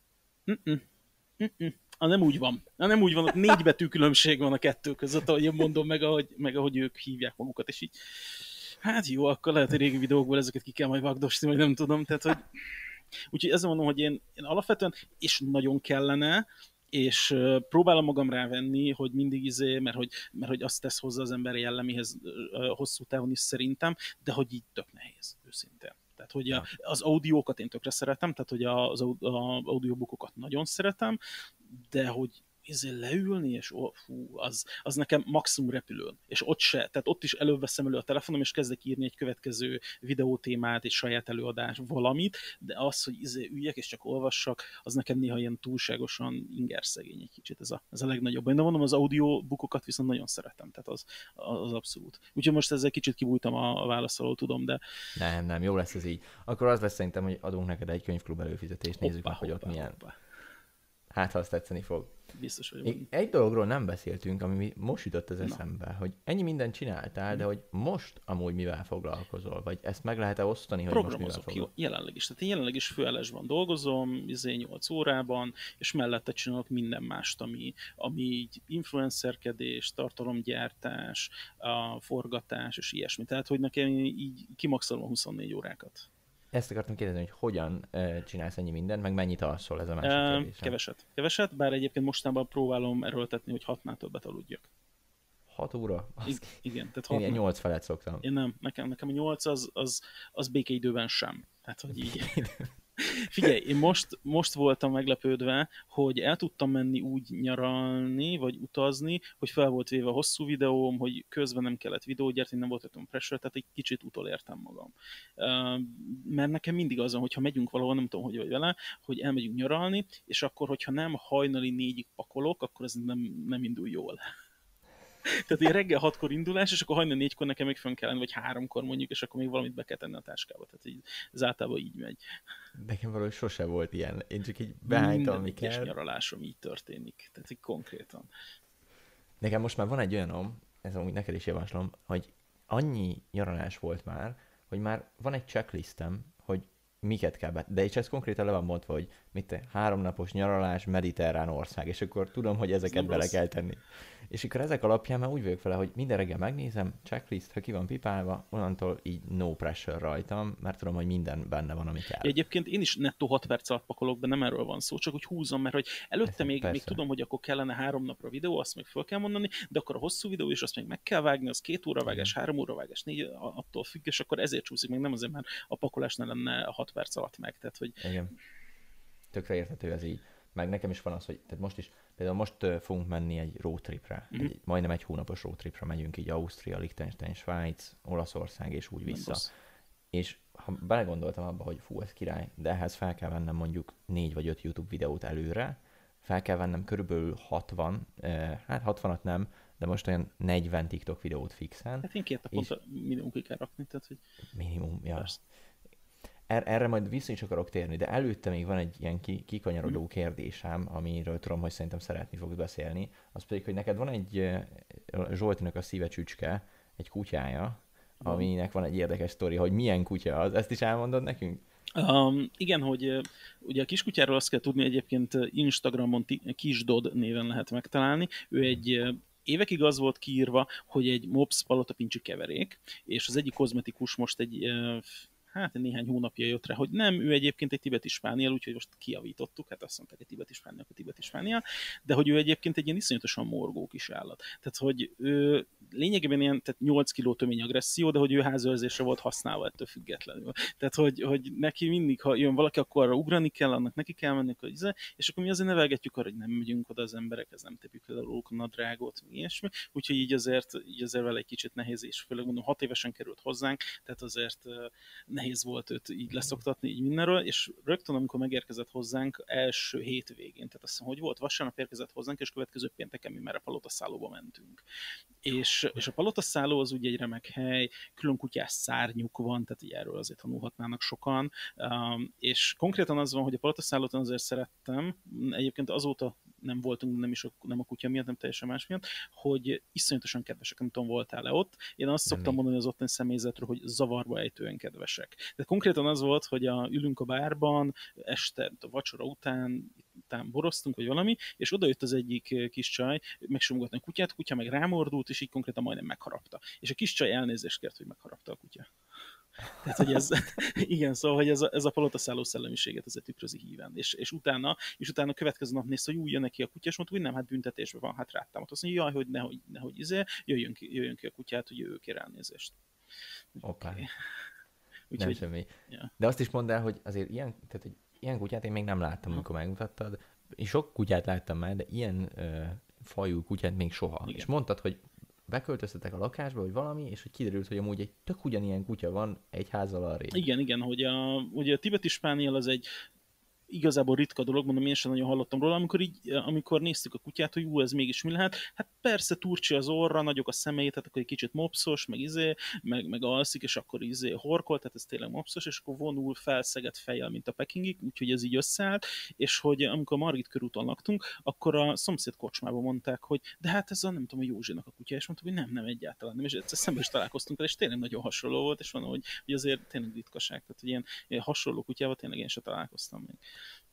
nem úgy van. Nem úgy van, ott 4 betű különbség van a kettő között, ahogy én mondom, meg ahogy ők hívják magukat, és így hát jó, akkor lehet, hogy régi videókból ezeket ki kell majd vagdosni, vagy nem tudom, tehát hogy úgyhogy ezzel mondom, hogy én alapvetően, és nagyon kellene, és próbálom magam rávenni, hogy mindig mert hogy azt tesz hozzá az ember jelleméhez hosszú távon is szerintem, de hogy így tök nehéz, őszintén. Tehát, hogy az audiókat én tökre szeretem, tehát, hogy az audiobookokat nagyon szeretem, de hogy leülni, és az nekem maximum repülőn. És ott se, tehát ott is előveszem elő a telefonom, és kezdek írni egy következő videótémát, egy saját előadás, valamit, de az, hogy üljek és csak olvassak, az nekem néha ilyen túlságosan ingerszegény egy kicsit, ez a legnagyobb. Én mondom, az audiobookokat viszont nagyon szeretem, tehát az abszolút. Úgyhogy most ezzel kicsit kibújtam a válasz alól, tudom, de... Nem, jó lesz ez így. Akkor az lesz szerintem, hogy adunk neked egy könyvklub előfizetést, nézzük meg, hogy ott milyen. Hát, ha azt tetszeni fog. Biztos vagyok. Egy dologról nem beszéltünk, ami most jutott az eszembe, hogy ennyi mindent csináltál, de hogy most amúgy mivel foglalkozol? Vagy ezt meg lehet-e osztani, hogy most mivel foglalkozol? Jelenleg is. Tehát én jelenleg is főállásban dolgozom, 8 órában, és mellette csinálok minden mást, ami így influencerkedés, tartalomgyártás, a forgatás és ilyesmi. Tehát, hogy nekem így kimaxolom 24 órákat. Ezt akartam kérdezni, hogy hogyan csinálsz ennyi mindent, meg mennyit alszol, ez a másik kérdés. Keveset, bár egyébként mostanában próbálom erőltetni, hogy 6-nál többet aludjak. 6 óra? Igen. Tehát én 8 felett szoktam. Én nem, nekem a 8 az békeidőben sem. Tehát, hogy így... Figyelj, én most voltam meglepődve, hogy el tudtam menni úgy nyaralni, vagy utazni, hogy fel volt véve a hosszú videóm, hogy közben nem kellett videót gyártani, nem volt olyan pressure, tehát egy kicsit utolértem magam. Mert nekem mindig az van, hogyha megyünk valahol, nem tudom, hogy vagy vele, hogy elmegyünk nyaralni, és akkor, hogyha nem hajnali 4-ig pakolok, akkor ez nem indul jól. Tehát ilyen reggel 6-kor indulás, és akkor hajnal 4-kor nekem még fönn kell lenni, vagy 3-kor mondjuk, és akkor még valamit be kell tenni a táskába. Tehát így, ez általában így megy. Nekem valahogy sose volt ilyen. Én csak így behánytam, ami kell. Minden nyaralásom így történik. Tehát így konkrétan. Nekem most már van egy olyanom, ez amúgy neked is javaslom, hogy annyi nyaralás volt már, hogy már van egy checklistem, hogy miket kell de és ez konkrétan le van mondva, hogy 3 napos nyaralás, mediterrán ország, és akkor tudom, hogy ezeket bele kell tenni. És akkor ezek alapján már úgy vagyok vele, hogy minden reggel megnézem, checklist, ha ki van pipálva, onnantól így no pressure rajtam, mert tudom, hogy minden benne van, ami kell. Egyébként én is nettó 6 perc alatt pakolok, de nem erről van szó, csak hogy húzom, mert hogy előtte még tudom, hogy akkor kellene 3 napra videó, azt még föl kell mondani, de akkor a hosszú videó is azt még meg kell vágni, az 2 óra vágás, 3 óra vágás, 4, attól függ, és akkor ezért csúszik, meg nem azért, mert a pakolásnál lenne 6 perc alatt meg. Tehát, hogy... Igen. Tökre érthető ez így. Meg nekem is van az, hogy tehát például most fogunk menni egy roadtripre. Majdnem egy hónapos roadtripre megyünk így Ausztria, Liechtenstein, Svájc, Olaszország és úgy vissza. És ha belegondoltam abba, hogy ez király, de ehhez fel kell vennem mondjuk 4 vagy 5 YouTube videót előre, fel kell vennem körülbelül 60, hát 60-at nem, de most olyan 40 TikTok videót fixen. Hát én 2 naponta minimum ki kell rakni, tehát hogy Minimum, ja. persze. Erre majd vissza is akarok térni, de előtte még van egy ilyen kikanyarodó kérdésem, amiről tudom, hogy szerintem szeretni fogsz beszélni. Az pedig, hogy neked van egy Zsoltinak a szíve csücske, egy kutyája, aminek van egy érdekes sztori, hogy milyen kutya az. Ezt is elmondod nekünk? Igen, hogy ugye a kiskutyáról azt kell tudni, egyébként Instagramon Kisdod néven lehet megtalálni. Ő egy évekig az volt kiírva, hogy egy mops palotapincsi keverék, és az egyik kozmetikus most hát néhány hónapja jött rá, hogy nem, ő egyébként egy tibeti spániel, úgyhogy most kijavítottuk, hát azt mondták, hogy tibeti spániel, de hogy ő egyébként egy ilyen iszonyatosan morgó kis állat. Tehát, hogy ő lényegében ilyen, tehát 8 kiló tömény agresszió, de hogy ő házőrzésre volt használva ettől függetlenül. Tehát, hogy neki mindig, ha jön valaki, akkor arra ugrani kell, annak neki kell menni, hogy és akkor mi azért nevelgetjük arra, hogy nem megyünk oda az emberekhez, nem tepjük le a nadrágot, ilyesmi. Úgyhogy így azért vele egy kicsit nehéz, és főleg mondom, 6 évesen került hozzánk, tehát azért nehéz volt őt így leszoktatni így mindenről, és rögtön, amikor megérkezett hozzánk első hétvégén, tehát azt hiszem, hogy volt, vasárnap érkezett hozzánk, és következő pénteken mi már a palotaszállóba mentünk. És a palotaszálló az ugye egy remek hely, külön kutyás szárnyuk van, tehát így erről azért tanulhatnának sokan, és konkrétan az van, hogy a palotaszállót azért szerettem, egyébként azóta nem voltunk, nem a kutya miatt, nem teljesen más miatt, hogy iszonyatosan kedvesek, nem tudom, voltál-e ott. Én azt szoktam mondani az ottani személyzetről, hogy zavarba ejtően kedvesek. De konkrétan az volt, hogy ülünk a bárban, este a vacsora után boroztunk, vagy valami, és oda jött az egyik kis csaj, megsimogatni a kutyát, a kutya meg rámordult, és így konkrétan majdnem megharapta. És a kis csaj elnézést kért, hogy megharapta a kutya. Tehát, hogy ez, igen, szóval, hogy ez a palotaszálló szellemiséget ez tükrözi híven. És utána következő nap nézte, hogy jön neki a kutya, és mondta, hogy nem, hát büntetésben van, hát rátámadt. Azt mondja, jaj, hogy nehogy jöjjön ki a kutyát, hogy ő kér elnézést. Oké. Okay. Nem semmi. Ja. De azt is mondd el, hogy azért ilyen kutyát én még nem láttam, amikor megmutattad. Én sok kutyát láttam már, de ilyen fajú kutyát még soha. Igen. És mondtad, hogy beköltöztetek a lakásba, vagy valami, és hogy kiderült, hogy amúgy egy tök ugyanilyen kutya van egy házzal arrébb. Igen, hogy ugye a tibeti spániel az egy igazából ritka dolog, mondom, én sem nagyon hallottam róla, amikor néztük a kutyát, hogy ez mégis mi lehet, hát persze turcsi az orra, nagyok a szemei, tehát akkor egy kicsit mopszos, meg alszik, és akkor horkol, tehát ez tényleg mopszos, és akkor vonul felszegett fejjel, mint a pekingik, úgyhogy ez így összeállt, és hogy amikor Margit körúton laktunk, akkor a szomszéd kocsmában mondták, hogy de hát ez nem tudom, a Józsinak a kutya, és mondtuk, hogy nem egyáltalán nem, és egyszer szemben is találkoztunk vele, és tényleg nagyon hasonló volt, és van, hogy azért tényleg ritkaság, tehát hogy ilyen hasonló kutyával tényleg én sem találkoztam még.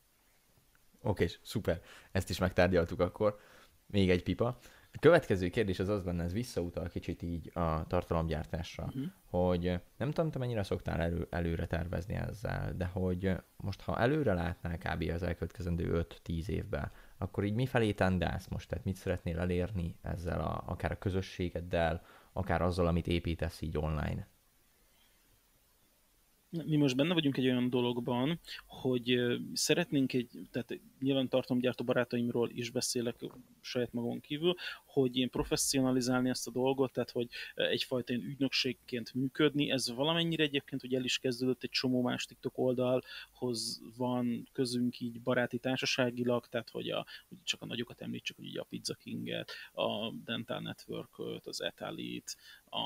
Oké, szuper. Ezt is megtárgyaltuk akkor. Még egy pipa. A következő kérdés az lenne, ez visszautal kicsit így a tartalomgyártásra, hogy nem tudom, te mennyire szoktál előre tervezni ezzel, de hogy most, ha előre látnál kb. Az elkövetkezendő 5-10 évben, akkor így mifelé tendálsz most? Tehát mit szeretnél elérni ezzel akár a közösségeddel, akár azzal, amit építesz így online? Mi most benne vagyunk egy olyan dologban, hogy szeretnénk tehát nyilván tartalomgyártó barátaimról is beszélek saját magam kívül, hogy én professzionalizálni ezt a dolgot, tehát hogy egyfajta ilyen ügynökségként működni, ez valamennyire egyébként, hogy el is kezdődött, egy csomó más TikTok oldalhoz van közünk így baráti társaságilag, tehát hogy csak a nagyokat említsük, hogy így a Pizza King-et, a Dental Network-öt, az Etalit, a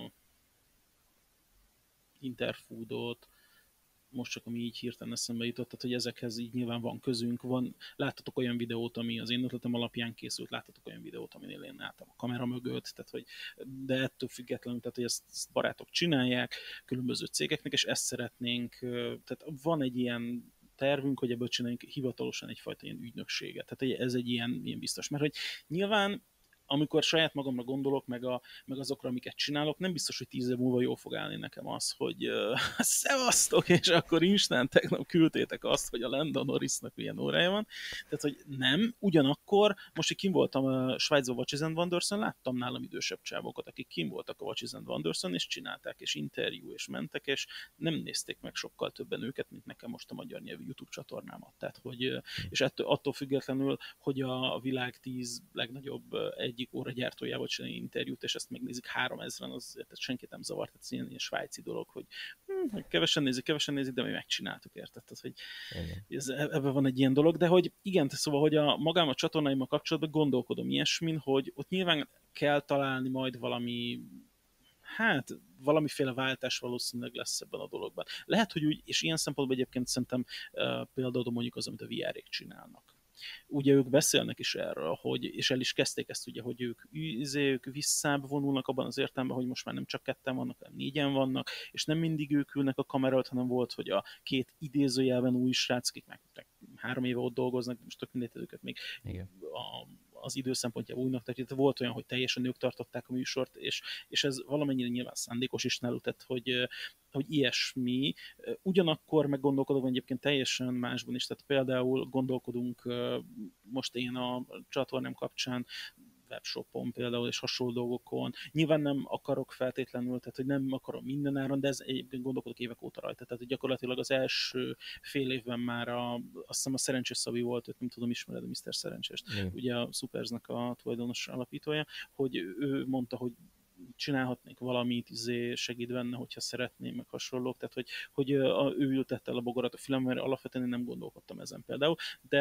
Interfoodot, most csak ami így hirtelen eszembe jutott, tehát hogy ezekhez így nyilván van közünk, láttatok olyan videót, ami az én ötletem alapján készült, láttatok olyan videót, aminél én álltam a kamera mögött, tehát hogy, de ettől függetlenül, tehát hogy ezt barátok csinálják, különböző cégeknek, és ezt szeretnénk, tehát van egy ilyen tervünk, hogy ebből csináljunk hivatalosan egyfajta ilyen ügynökséget. Tehát ez egy ilyen biztos, mert hogy nyilván amikor saját magamra gondolok, meg azokra, amiket csinálok, nem biztos, hogy 10 év múlva jól fog állni nekem az, hogy szevasztok, és akkor instant tegnap küldtétek azt, hogy a Lando Norrisnak milyen órája van. Tehát, hogy nem. Ugyanakkor, most, hogy kim voltam a Svájcban Watches and Wonderson, láttam nálam idősebb csávokat, akik kim voltak a Watches and Wonderson, és csinálták, és interjú, és mentek, és nem nézték meg sokkal többen őket, mint nekem most a magyar nyelvű YouTube csatornámat. Tehát, hogy, és attól függetlenül, hogy a világ 10 legnagyobb egy egyik óragyártójával csinálni interjút, és ezt megnézik 3000-en, az tehát senkit nem zavart, tehát ez ilyen svájci dolog, hogy kevesen nézik, de mi megcsináltuk, érted? Tehát, hogy ebben van egy ilyen dolog, de hogy igen, szóval, hogy magám a csatornáimmal kapcsolatban gondolkodom ilyesmin, hogy ott nyilván kell találni majd valami, hát valamiféle váltás valószínűleg lesz ebben a dologban. Lehet, hogy úgy, és ilyen szempontból egyébként szerintem például mondjuk az, amit a VR-ék csinálnak. Ugye ők beszélnek is erről, hogy, és el is kezdték ezt ugye, hogy ők visszább vonulnak abban az értelemben, hogy most már nem csak ketten vannak, hanem négyen vannak, és nem mindig ők ülnek a kamera előtt, hanem volt, hogy a két idézőjelben új srác, akik meg 3 éve ott dolgoznak, most tök mindegy, őket még az idő szempontjából újnak, tehát volt olyan, hogy teljesen ők tartották a műsort, és ez valamennyire nyilván szándékos is náluk, tehát hogy ilyesmi. Ugyanakkor meg gondolkodom egyébként teljesen másban is, tehát például gondolkodunk most én a csatornám kapcsán webshopon például, és hasonló dolgokon. Nyilván nem akarok feltétlenül, tehát hogy nem akarom mindenáron, de ez egyébként gondolkodok évek óta rajta. Tehát gyakorlatilag az első fél évben már azt hiszem a Szerencsés Szabi volt, őt nem tudom, ismered a Mr. Szerencsést, ugye a Supersnak a tulajdonos alapítója, hogy ő mondta, hogy csinálhatnék valamit, segít benne, hogyha szeretném, meg hasonlók, tehát hogy ő ültette el a bogarat a filmben, mert alapvetően én nem gondolkodtam ezen például,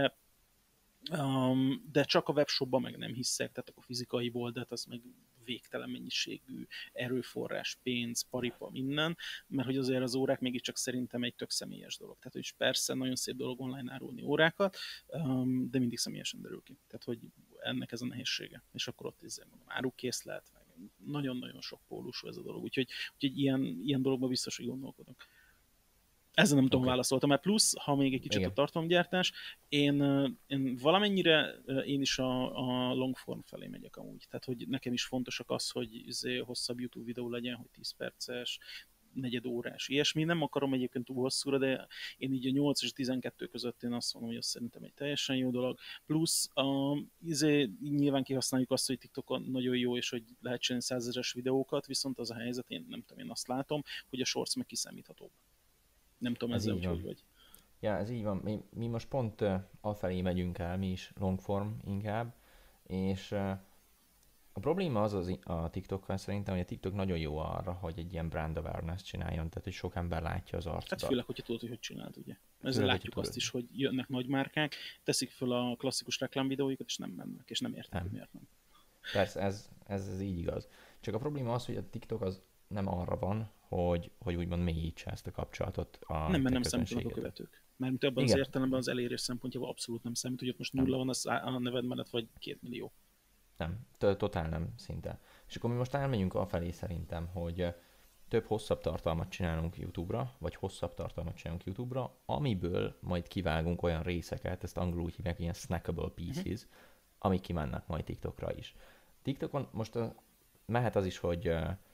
de csak a webshopban meg nem hiszek, tehát akkor fizikai oldalt, az meg végtelen mennyiségű erőforrás, pénz, paripa, minden, mert hogy azért az órák mégiscsak szerintem egy tök személyes dolog. Tehát, hogy persze nagyon szép dolog online árulni órákat, de mindig személyesen derül ki. Tehát, hogy ennek ez a nehézsége. És akkor ott mondom, árukészlet, meg nagyon-nagyon sok pólusú ez a dolog. Úgyhogy ilyen dologban biztos, hogy gondolkodok. Ezen nem tudom válaszoltam, mert plusz, ha még egy kicsit a tartalomgyártás, én valamennyire én is a longform felé megyek amúgy. Tehát, hogy nekem is fontosak az, hogy hosszabb YouTube videó legyen, hogy 10 perces, negyed órás, ilyesmi. Nem akarom egyébként túl hosszúra, de én így a 8 és 12 között én azt mondom, hogy az szerintem egy teljesen jó dolog. Plusz nyilván kihasználjuk azt, hogy TikTokon nagyon jó, és hogy lehet csinálni 100 000-es videókat, viszont az a helyzet, én nem tudom, én azt látom, hogy a shorts meg kiszámíthatóbb. Nem tudom, ezzel úgy vagy. Ja, ez így van. Mi most pont afelé megyünk el, mi is longform inkább, és a probléma az a TikTokkal szerintem, hogy a TikTok nagyon jó arra, hogy egy ilyen brand awareness csináljon, tehát hogy sok ember látja az arcodat. Hát főleg, hogyha tudod, hogy csinálod, ugye. Ezzel látjuk azt is, hogy jönnek nagy márkák, teszik föl a klasszikus reklámvideóikat, és nem mennek, és nem értik, hogy miért nem. Persze, ez így igaz. Csak a probléma az, hogy a TikTok az nem arra van, hogy úgymond mélyítse ezt a kapcsolatot a nem, mert nem számítanak a követők. Mármint abban az értelemben az elérés szempontjából abszolút nem számít, hogy ott most nulla van a neved mellett, vagy 2 millió. Nem, totál nem szinte. És akkor mi most elmegyünk afelé szerintem, hogy több hosszabb tartalmat csinálunk YouTube-ra, vagy hosszabb tartalmat csinálunk YouTube-ra, amiből majd kivágunk olyan részeket, ezt angolul úgy hívják, ilyen snackable pieces, amik kimennek majd TikTokra is. TikTokon most mehet az is, hogy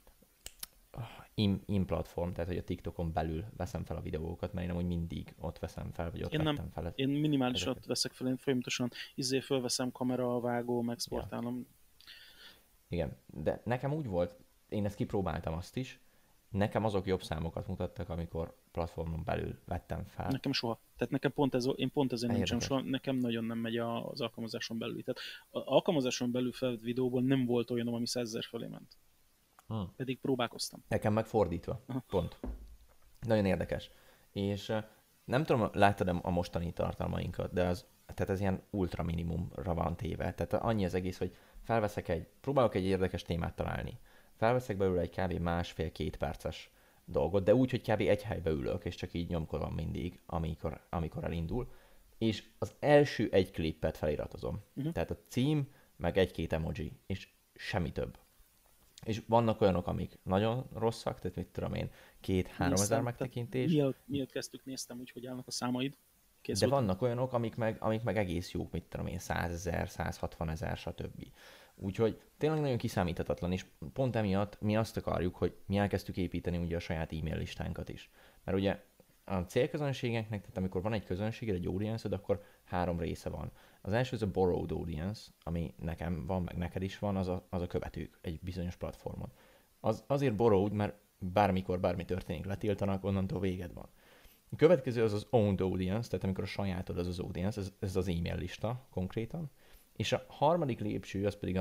in platform, tehát hogy a TikTokon belül veszem fel a videókat, mert én amúgy mindig ott veszem fel, vagy ott vettem fel. Én minimálisat veszek fel, én folyamatosan fölveszem kamera, vágó, megsportálom. Igen, de nekem úgy volt, én ezt kipróbáltam azt is, nekem azok jobb számokat mutattak, amikor platformon belül vettem fel. Nekem soha. Tehát nekem én pont ezért nem csinálom soha, nekem nagyon nem megy az alkalmazáson belül. Tehát az alkalmazáson belül felvett videóból nem volt olyan, ami 100 000 fölé ment. Pedig próbálkoztam. Nekem meg fordítva. Pont. Nagyon érdekes. És nem tudom, láttad a mostani tartalmainkat, de tehát ez ilyen ultra minimumra van téve. Tehát annyi az egész, hogy próbálok egy érdekes témát találni. Felveszek belőle egy kb. 1,5-2 perces dolgot, de úgy, hogy kb. Egy helybe ülök, és csak így nyomkodom mindig, amikor elindul. És az első egy klippet feliratozom. Tehát a cím, meg 1-2 emoji, és semmi több. És vannak olyanok, amik nagyon rosszak, tehát mit tudom én, 2-3 ezer megtekintés. Miatt kezdtük, néztem úgy, hogy állnak a számaid. De vannak olyanok, amik meg egész jók, mit tudom én, 100 000, 160 000, stb. Úgyhogy tényleg nagyon kiszámíthatatlan, és pont emiatt mi azt akarjuk, hogy mi elkezdtük építeni ugye a saját e-mail listánkat is. Mert ugye a célközönségeknek, tehát amikor van egy közönséged, egy audience-ed, akkor 3 része van. Az első az a borrowed audience, ami nekem van, meg neked is van, az a követők egy bizonyos platformon. Azért borrowed, mert bármikor bármi történik, letiltanak, onnantól véged van. A következő az owned audience, tehát amikor a sajátod az audience, ez az e-mail lista konkrétan. És a harmadik lépcső az pedig a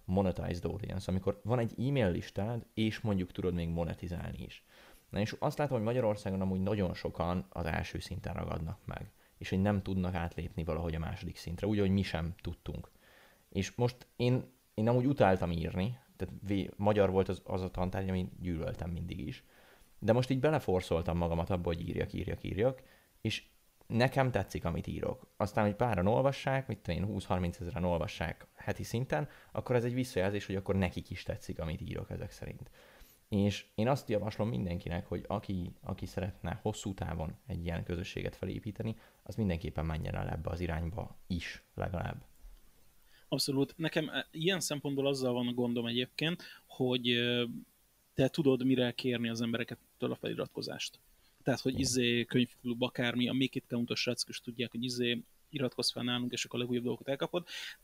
monetized audience, amikor van egy e-mail listád, és mondjuk tudod még monetizálni is. Na és azt látom, hogy Magyarországon amúgy nagyon sokan az első szinten ragadnak meg, és hogy nem tudnak átlépni valahogy a második szintre, úgy, hogy mi sem tudtunk. És most én amúgy utáltam írni, tehát magyar volt az a tantárgy, amit gyűlöltem mindig is, de most így beleforszoltam magamat abba, hogy írjak, és nekem tetszik, amit írok. Aztán, hogy páran olvassák, mit tudom én, 20-30 ezeren olvassák heti szinten, akkor ez egy visszajelzés, hogy akkor nekik is tetszik, amit írok ezek szerint. És én azt javaslom mindenkinek, hogy aki szeretne hosszú távon egy ilyen közösséget felépíteni, az mindenképpen menjen el ebbe az irányba is legalább. Abszolút. Nekem ilyen szempontból azzal van a gondom egyébként, hogy te tudod, mire kérni az embereket a feliratkozást. Tehát, hogy könyvklub, akármi, a Make It Count-os srácok is tudják, hogy iratkozz fel nálunk, és akkor a legújabb dolgokat elkapod,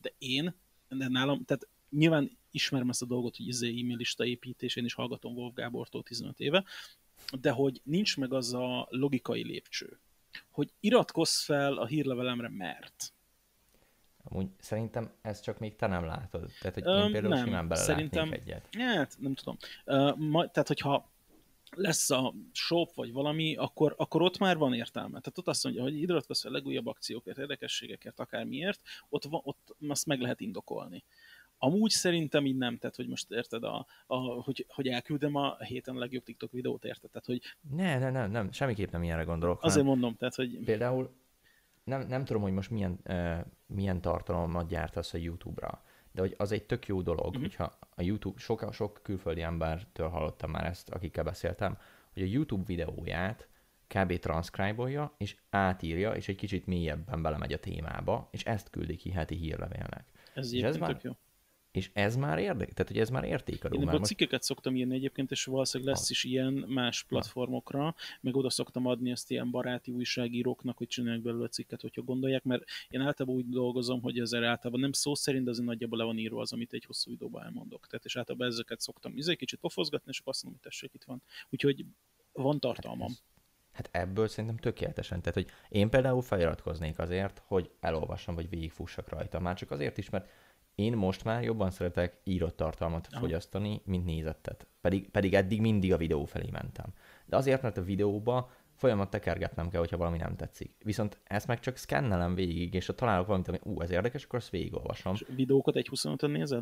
de nálam, tehát nyilván ismerem ezt a dolgot, hogy e-mail lista építés, én is hallgatom Wolf Gábortól 15 éve, de hogy nincs meg az a logikai lépcső, hogy iratkozz fel a hírlevelemre, mert. Amúgy szerintem ezt csak még te nem látod. Tehát, hogy én például simán belelátnék egyet. Hát, nem tudom. Tehát, hogyha lesz a shop, vagy valami, akkor ott már van értelme. Tehát ott azt mondja, hogy iratkozz fel a legújabb akciókért, érdekességekért, akármiért, ott azt meg lehet indokolni. Amúgy szerintem így nem, tehát hogy most érted, hogy elküldem a héten a legjobb TikTok videót, érted? Tehát, hogy... Nem, semmiképp nem ilyenre gondolok. Azért mondom, tehát, hogy... Például nem tudom, hogy most milyen tartalommat gyártasz a YouTube-ra, de hogy az egy tök jó dolog, hogyha a YouTube, sok külföldi embertől hallottam már ezt, akikkel beszéltem, hogy a YouTube videóját kb. Transzkrájbolja, és átírja, és egy kicsit mélyebben belemegy a témába, és ezt küldi ki heti hírlevélnek. Ez már tök jó. És ez már tehát hogy ez már értékelő. Én cikkeket szoktam írni egyébként, és valószínűleg lesz is ilyen más platformokra, meg oda szoktam adni ezt ilyen baráti újságíróknak, hogy csinálják belőle cikket, hogyha gondolják, mert én általában úgy dolgozom, hogy ezzel általában nem szó szerint, de azért nagyjából le van írva az, amit egy hosszú videóban elmondok. Tehát és általában ezeket szoktam kicsit pofozgatni, és akkor azt mondom, hogy tessék, itt van. Úgyhogy van tartalmam. Hát ebből szerintem tökéletesen. Tehát, hogy én például feliratkoznék azért, hogy elolvassam, vagy végigfussak rajta. Már csak azért is, mert én most már jobban szeretek írott tartalmat fogyasztani, mint nézettet. Pedig eddig mindig a videó felé mentem. De azért, mert a videóba folyamat tekergetnem kell, hogyha valami nem tetszik. Viszont ezt meg csak szkennelem végig, és ha találok valamit, ami ez érdekes, akkor azt végigolvasom. És videókat 1.25-ön nézed?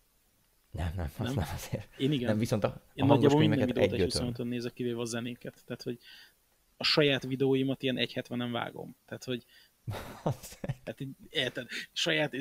Nem azért. Én igen. Nem, viszont a hangos könyveket 1.25-ön nézek, kivéve a zenéket. Tehát, hogy a saját videóimat ilyen 1.70-en vágom. Tehát, hogy érted, saját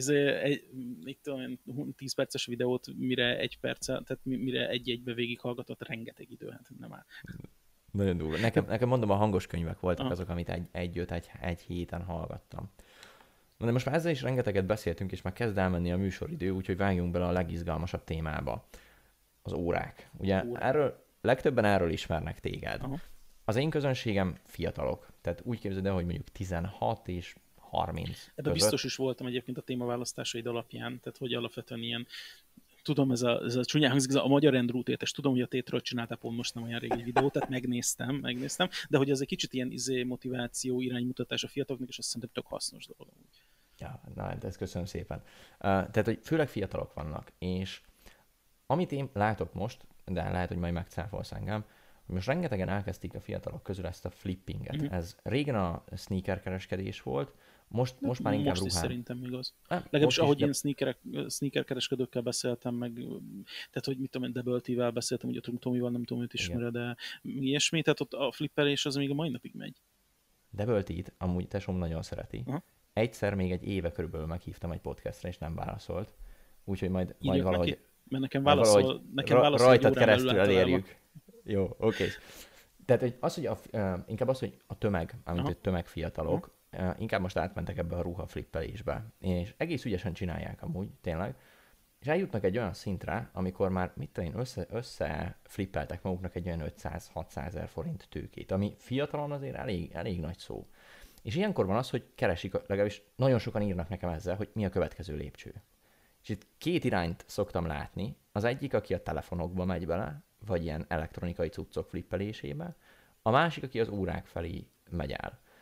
10 perces videót, mire 1 perc, tehát mire egy-egybe végighallgatott, rengeteg idő, hát nem áll. Nagyon durva. Nekem mondom, a hangos könyvek voltak azok, amit egy héten hallgattam. De most már ezzel is rengeteget beszéltünk, és már kezd elmenni a műsoridő, úgyhogy vágjunk bele a legizgalmasabb témába. Az órák. Ugye legtöbben erről ismernek téged. Aha. Az én közönségem fiatalok. Tehát úgy képzeld el, hogy mondjuk 16 és 30 Ebben biztos is voltam egyébként a témaválasztásaid alapján, tehát hogy alapvetően ilyen, tudom, ez a csúnyán hangzik, a magyar Endrútét, és tudom, hogy a tétről csináltál pont most nem olyan rég egy videót, tehát megnéztem, de hogy ez egy kicsit ilyen motiváció, iránymutatás a fiataloknak, és azt szerintem tök hasznos dolog. Ja, na, ezt köszönöm szépen. Tehát, hogy főleg fiatalok vannak, és amit én látok most, de lehet, hogy majd megcáfolsz engem, most rengetegen elkezdték a fiatalok közül ezt a flippinget. Ez régen a sneaker kereskedés volt, most már inkább ruhán. Most is szerintem igaz. Legalábbis ahogy én sneaker kereskedőkkel beszéltem, meg tehát hogy mit tudom én, Double T-vel beszéltem, ugye a Tomival, nem tudom, őt ismered, de ilyesmi, tehát ott a flippelés az még a mai napig megy. Double T-t amúgy tesóm nagyon szereti. Egyszer még egy éve körülbelül meghívtam egy podcastra, és nem válaszolt. Úgyhogy majd valahogy... Neki, mert nekem válaszol rajtad keresztül elérjük. Jó, oké. Tehát hogy inkább az, hogy a tömeg, amint egy tömegfiatalok, inkább most átmentek ebbe a ruha flippelésbe. És egész ügyesen csinálják amúgy, tényleg. És eljutnak egy olyan szintre, amikor már, mit tudom én, összeflippeltek maguknak egy olyan 500-600 ezer forint tőkét, ami fiatalon azért elég nagy szó. És ilyenkor van az, hogy keresik, legalábbis nagyon sokan írnak nekem ezzel, hogy mi a következő lépcső. És itt két irányt szoktam látni. Az egyik, aki a telefonokba megy bele, vagy ilyen elektronikai cuccok flippelésébe, a másik, aki az órák felé megy el.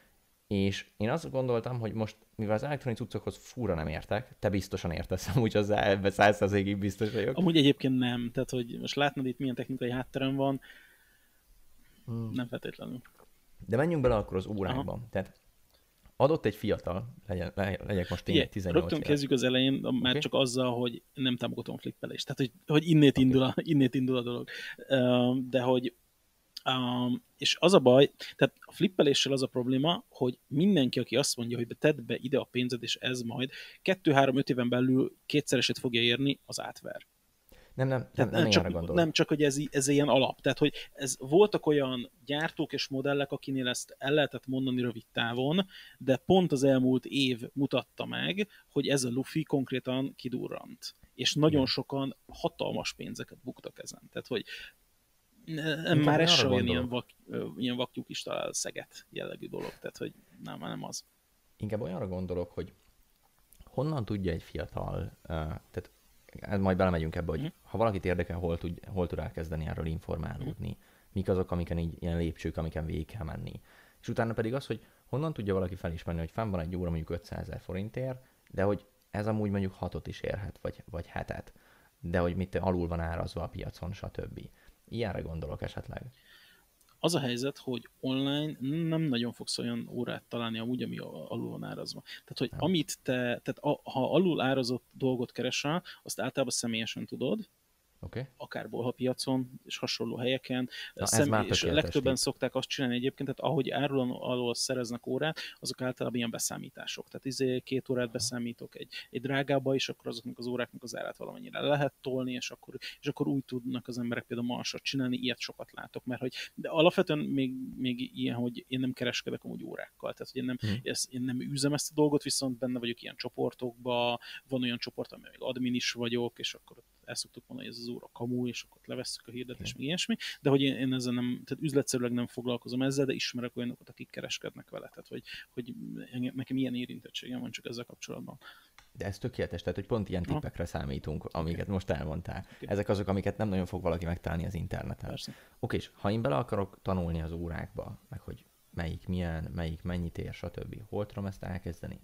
És én azt gondoltam, hogy most, mivel az elektronikus cuccokhoz fúra nem értek, te biztosan értesz, amúgy hozzá ebbe 100%-ig biztos vagyok. Amúgy egyébként nem, tehát hogy most látnád itt milyen technikai hátterem van, Hmm. nem feltétlenül. De menjünk bele akkor az Aha. órákba. Tehát adott egy fiatal, legyek most én Figyelj, egy 18 rögtön éves. kezdjük az elején, már Oké? csak azzal, hogy nem támogatom flippelést. Tehát, hogy Oké. innét indul a dolog. De hogy és az a baj, tehát a flippeléssel az a probléma, hogy mindenki, aki azt mondja, hogy tedd be ide a pénzed, és ez majd 2-3-5 éven belül kétszeresét fogja érni, az átver. Tehát Nem ilyenre nem gondolok. csak, hogy ez ilyen alap. Tehát, hogy voltak olyan gyártók és modellek, akinél ezt el lehetett mondani rövid távon, de pont az elmúlt év mutatta meg, hogy ez a lufi konkrétan kidurrant. És nagyon Igen. sokan hatalmas pénzeket buktak ezen. Tehát, hogy Inkább már én ez arra se olyan gondolok, ilyen vakjuk is talál szeget jellegű dolog. Tehát, hogy nem az. inkább olyanra gondolok, hogy honnan tudja egy fiatal, tehát majd belemegyünk ebbe, hogy ha valakit érdekel, hol tud elkezdeni erről informálódni, mik azok, amiken így ilyen lépcsők, amiken végig kell menni. És utána pedig az, hogy honnan tudja valaki felismerni, hogy fenn van egy óra mondjuk 500 000 forintért, de hogy ez amúgy mondjuk 6-ot is érhet, vagy 7-et, de hogy mit alul van árazva a piacon, stb. Ilyenre gondolok esetleg. Az a helyzet, hogy online nem nagyon fogsz olyan órát találni amúgy, ami alul van árazva. Tehát, hogy Nem? amit ha alul árazott dolgot keresel, azt általában személyesen tudod, Oké? Okay? akár bolhapiacon és hasonló helyeken, Na ez már és tökéletes legtöbben tipp. szokták azt csinálni egyébként, tehát ahogy árulon alól szereznek órát, azok általában ilyen beszámítások. Tehát 2 órát beszámítok egy drágába, és akkor azoknak az óráknak az árát valamennyire lehet tolni, és akkor úgy tudnak az emberek például marsat csinálni, ilyet sokat látok, mert hogy, de alapvetően még ilyen, hogy én nem kereskedek amúgy órákkal, tehát hogy én nem űzem ezt a dolgot, viszont benne vagyok ilyen csoportokba, van olyan csoport, amiben még admin is vagyok, és akkor el szoktuk mondani, hogy ez az óra kamu, és akkor levesszük a hirdetést, meg ilyesmi, de hogy én ezzel nem, tehát üzletszerűleg nem foglalkozom ezzel, de ismerek olyanokat, akik kereskednek vele, tehát hogy nekem ilyen érintettségem van csak ezzel kapcsolatban. De ez tökéletes, tehát hogy pont ilyen Aha, tippekre számítunk, amiket okay, most elmondtál. okay, Ezek azok, amiket nem nagyon fog valaki megtalálni az interneten. persze. Oké, és ha én bele akarok tanulni az órákba, meg hogy melyik milyen, melyik mennyit ér, stb. Hol tudom ezt elkezdeni?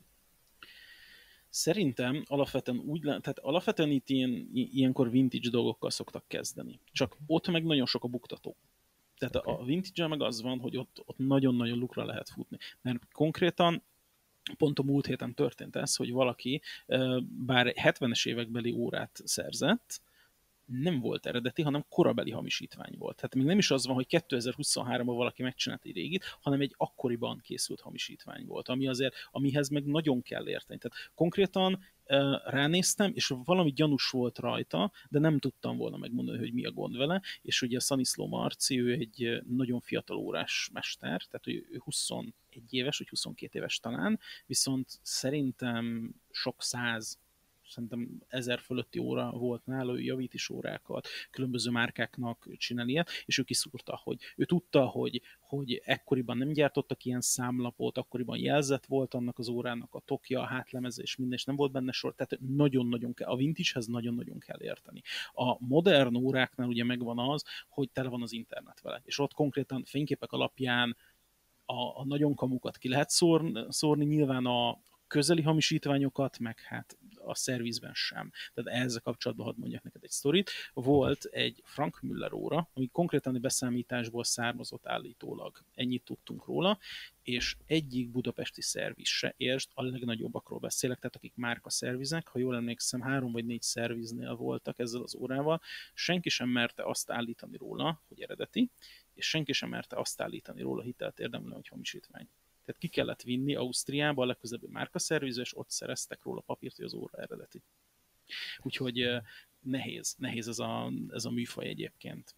Szerintem tehát alapvetően itt ilyenkor vintage dolgokkal szoktak kezdeni. Csak ott meg nagyon sok a buktató. Tehát Oké. a vintage-el meg az van, hogy ott nagyon-nagyon lukra lehet futni. Mert konkrétan pont a múlt héten történt ez, hogy valaki bár 70-es évekbeli órát szerzett, nem volt eredeti, hanem korabeli hamisítvány volt. Tehát még nem is az van, hogy 2023-ban valaki megcsinált egy régit, hanem egy akkoriban készült hamisítvány volt, amihez meg nagyon kell érteni. Tehát konkrétan ránéztem, és valami gyanús volt rajta, de nem tudtam volna megmondani, hogy mi a gond vele, és ugye Szaniszló Marci, ő egy nagyon fiatal órás mester, tehát ő 21 éves, vagy 22 éves talán, viszont szerintem sok száz, szerintem 1000 fölötti óra volt nála, ő javít is órákat, különböző márkáknak csinál ilyet, és ő kiszúrta, hogy ő tudta, hogy ekkoriban nem gyártottak ilyen számlapot, akkoriban jelzett volt annak az órának a tokja, a hátlemeze és minden, és nem volt benne sor, tehát nagyon-nagyon kell, a vintagehez nagyon-nagyon kell érteni. A modern óráknál ugye megvan az, hogy tele van az internet vele, és ott konkrétan fényképek alapján a nagyon kamukat ki lehet szórni, nyilván a közeli hamisítványokat, meg hát a szervizben sem. Tehát ezzel kapcsolatban hadd mondjak neked egy sztorit. Volt egy Frank Müller óra, ami konkrétan egy beszámításból származott állítólag. Ennyit tudtunk róla, és egyik budapesti szerviz se, értsd, a legnagyobbakról beszélek, tehát akik márka szervizek, ha jól emlékszem, 3 vagy 4 szerviznél voltak ezzel az órával, senki sem merte azt állítani róla, hogy eredeti, és senki sem merte azt állítani róla hitelt érdemlően, hogy hamisítvány. Tehát ki kellett vinni Ausztriába a legközelebbi márkaszervizbe, és ott szereztek róla papírt, hogy az óra eredeti. Úgyhogy nehéz ez a műfaj egyébként.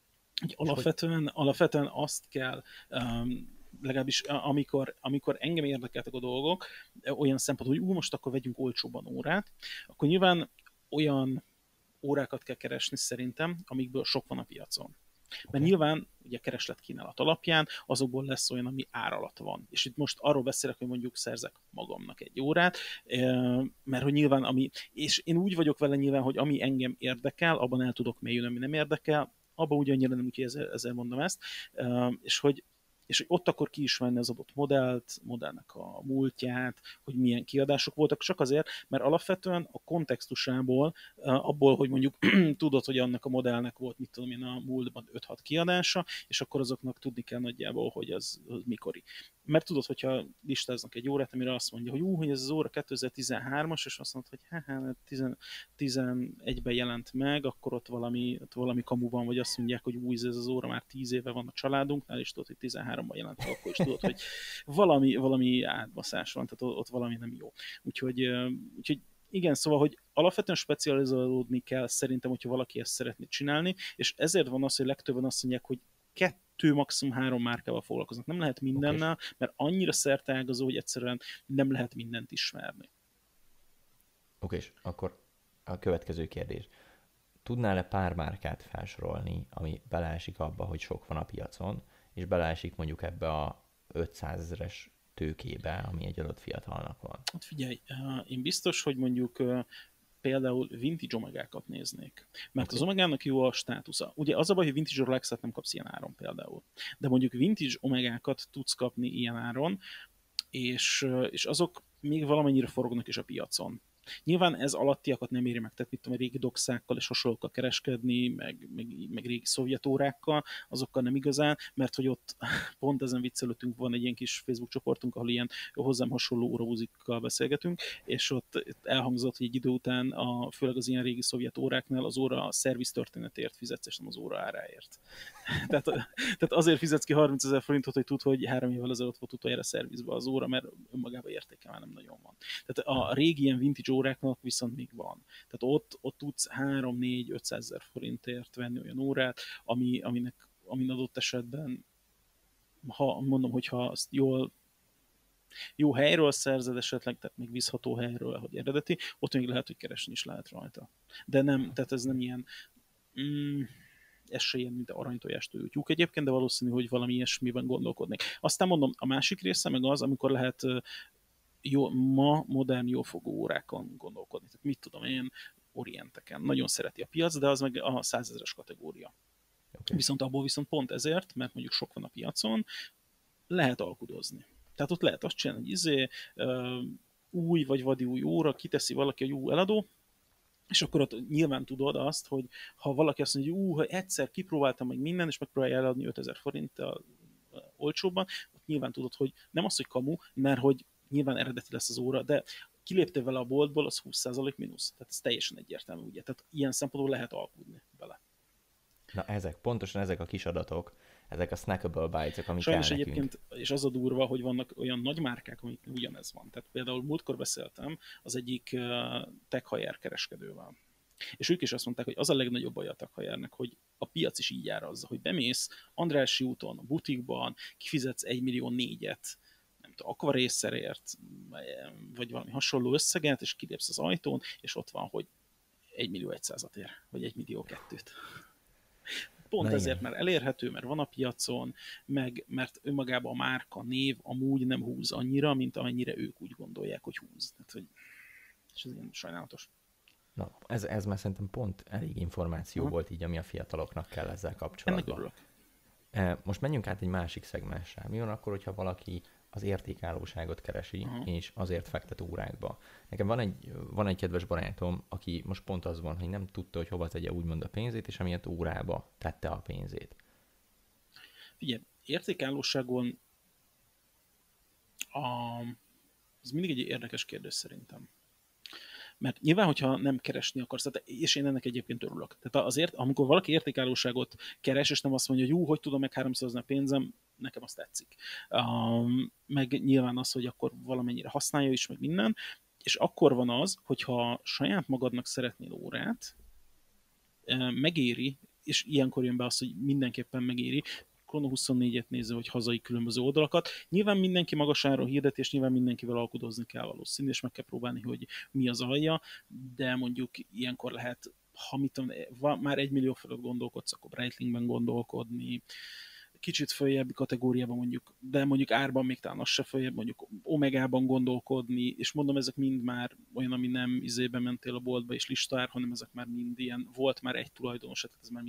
Alapvetően azt kell, legalábbis amikor engem érdekeltek a dolgok, olyan szempont, hogy most akkor vegyünk olcsóban órát, akkor nyilván olyan órákat kell keresni szerintem, amikből sok van a piacon. Mert nyilván ugye kereslet-kínálat alapján azokból lesz olyan, ami ár alatt van. És itt most arról beszélek, hogy mondjuk szerzek magamnak egy órát, mert hogy nyilván és én úgy vagyok vele nyilván, hogy ami engem érdekel, abban el tudok mélyülni, ami nem érdekel, abban ugye annyira nem, úgyhogy ezzel mondom ezt, és hogy és ott akkor ki is venni az adott modellt, modellnek a múltját, hogy milyen kiadások voltak, csak azért, mert alapvetően a kontextusából, abból, hogy mondjuk tudod, hogy annak a modellnek volt, mit tudom én, a múltban 5-6 kiadása, és akkor azoknak tudni kell nagyjából, hogy az mikori. Mert tudod, hogyha listáznak egy órát, amire azt mondja, hogy ez az óra 2013-as, és azt mondod, hogy 11-ben jelent meg, akkor ott valami kamu van, vagy azt mondják, hogy ez az óra már 10 éve van a családunknál, és tudod, hogy 13-ban jelent meg, akkor is tudod, hogy valami átbaszás van, tehát ott valami nem jó. Úgyhogy igen, szóval, hogy alapvetően specializálódni kell szerintem, hogyha valaki ezt szeretné csinálni, és ezért van az, hogy legtöbben azt mondják, hogy 2, maximum 3 márkával foglalkoznak. Nem lehet mindennel, okay, mert annyira szerteágazó, hogy egyszerűen nem lehet mindent ismerni. Oké, és akkor a következő kérdés. Tudnál-e pár márkát felsorolni, ami beleesik abba, hogy sok van a piacon, és beleesik mondjuk ebbe a 500 000-es tőkébe, ami egy adott fiatalnak van? Hát figyelj, én biztos, hogy mondjuk például vintage omegákat néznék. Mert okay, az omegának jó a státusza. Ugye az a baj, hogy vintage Rolexet nem kapsz ilyen áron például. De mondjuk vintage omegákat tudsz kapni ilyen áron, és azok még valamennyire forognak is a piacon. Nyilván ez alattiakat nem éri meg, tehát mit tudom, régi doxákkal és hasonlókkal kereskedni, meg régi szovjet órákkal, azokkal nem igazán, mert hogy ott pont ezen viccelődtünk, van egy ilyen kis Facebook csoportunk, ahol ilyen hozzám hasonló órahúzikkal beszélgetünk, és ott elhangzott, hogy egy idő után főleg az ilyen régi szovjet óráknál az óra szerviz történetért fizetsz, és nem az óra áráért. tehát azért fizetsz ki 30 000 forintot, hogy tud, hogy 3 évvel ezelőtt volt utoljára szervizbe az óra, mert önmagában értéke már nem nagyon van. Tehát a régi ilyen vintage óráknak viszont még van. Tehát ott tudsz 3-4-500 000 forintért venni olyan órát, amin adott esetben, hogyha azt jó helyről szerzed esetleg, tehát még bízható helyről, hogy eredeti, ott még lehet, hogy keresni is lehet rajta. De nem, tehát ez nem ilyen ez se ilyen, mint aranytojástól tyúk egyébként, de valószínű, hogy valami ilyesmiben gondolkodnék. Aztán mondom, a másik része meg az, amikor lehet modern jófogó órákon gondolkodni. Tehát mit tudom én, Orienteken. Nagyon szereti a piac, de az meg a 100 000-es kategória. Okay. Viszont abból pont ezért, mert mondjuk sok van a piacon, lehet alkudozni. Tehát ott lehet azt csinálni, hogy új vagy vadi új óra, kiteszi valaki a jó eladó, és akkor ott nyilván tudod azt, hogy ha valaki azt mondja, hogy ha egyszer kipróbáltam meg minden, és megpróbálja eladni 5000 forinttal olcsóbban, ott nyilván tudod, hogy nem az, hogy kamu, mert hogy nyilván eredeti lesz az óra, de kiléptél vele a boltból, az 20% mínusz. Tehát ez teljesen egyértelmű, ugye. Tehát ilyen szempontból lehet alkudni vele. Na pontosan ezek a kis adatok, ezek a snackable bites-ok, amik sajnos egyébként, és az a durva, hogy vannak olyan nagy márkák, amik ugyanez van. Tehát például múltkor beszéltem az egyik tech hire kereskedővel. És ők is azt mondták, hogy az a legnagyobb baj a tech hire-nek, hogy a piac is így árazza, hogy bemész Andrássy úton, a butikban, kifizetsz 1,4 millió, nem tudom, akvarésszerért, vagy valami hasonló összeget, és kilépsz az ajtón, és ott van, hogy 1,1 millió ér, vagy 1,2 millió. Pont ezért, mert elérhető, mert van a piacon, mert önmagában a márka név amúgy nem húz annyira, mint amennyire ők úgy gondolják, hogy húz. Tehát, és ez ilyen sajnálatos. Na, ez már szerintem pont elég információ volt így, ami a fiataloknak kell ezzel kapcsolatban. Ennek örülök. Most menjünk át egy másik szegmensre. Mi van akkor, hogyha valaki az értékállóságot keresi, és azért fektet órákba? Nekem van egy kedves barátom, aki most pont az van, hogy nem tudta, hogy hova tegye úgymond a pénzét, és emiatt órába tette a pénzét. Figyelj, értékállóságon ez mindig egy érdekes kérdés szerintem. Mert nyilván, hogyha nem keresni akarsz, és én ennek egyébként örülök. Tehát azért, amikor valaki értékállóságot keres, és nem azt mondja, hogy hogy tudom meg 300 a pénzem, nekem azt tetszik. Meg nyilván az, hogy akkor valamennyire használja is, meg minden, és akkor van az, hogyha saját magadnak szeretnél órát, megéri, és ilyenkor jön be az, hogy mindenképpen megéri, Chrono24-et nézve, hogy hazai különböző oldalakat. Nyilván mindenki magasáról hirdet, és nyilván mindenkivel alkudozni kell valószínű, és meg kell próbálni, hogy mi az alja, de mondjuk ilyenkor lehet, ha mit tudom, már 1 millió fölött gondolkodsz, akkor Breitlingben gondolkodni, kicsit följebbi kategóriában mondjuk, de mondjuk árban még talán az se följebb, mondjuk Omegában gondolkodni, és mondom, ezek mind már olyan, ami nem izébe mentél a boltba és listár, hanem ezek már mind ilyen, volt már egy tulajdonos, tehát ez már mind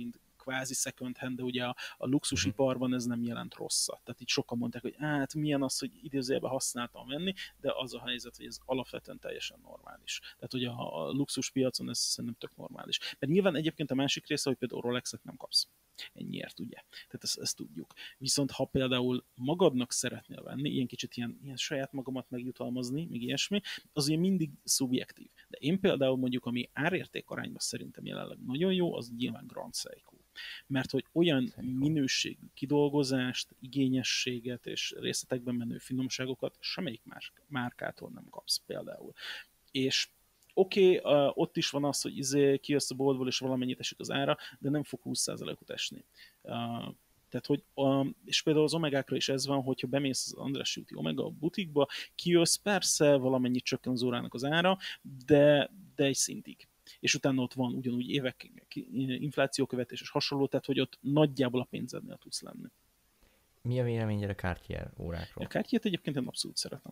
kvázi second hand, de ugye a luxusiparban ez nem jelent rosszat. Tehát itt sokan mondták, hogy hát milyen az, hogy idézőjelben használtam venni, de az a helyzet, hogy ez alapvetően teljesen normális. Tehát ugye a luxus piacon ez szerintem tök normális. Mert nyilván egyébként a másik része, hogy például Rolexet nem kapsz. Ennyiért, ugye? Tehát ezt tudjuk. Viszont ha például magadnak szeretnél venni, ilyen kicsit ilyen saját magamat megjutalmazni, még ilyesmi, az ilyen mindig szubjektív. De én például mondjuk, ami árérték arányban szerintem jelenleg nagyon jó, az nyilván Grand Seiko. Mert hogy olyan minőségű kidolgozást, igényességet és részletekben menő finomságokat semmelyik márkától nem kapsz például. És oké, ott is van az, hogy kijössz a boltból, és valamennyit esik az ára, de nem fog 20%-ot esni. Tehát, hogy és például az Omegákra is ez van, hogyha bemész az András úti Omega butikba, kijössz, persze valamennyit csökken az órának az ára, de egy szintig. És utána ott van ugyanúgy évek inflációkövetés és hasonló, tehát hogy ott nagyjából a pénzednél tudsz lenni. Mi a véleményed a Cartier órákról? A Cartiert egyébként én abszolút szeretem.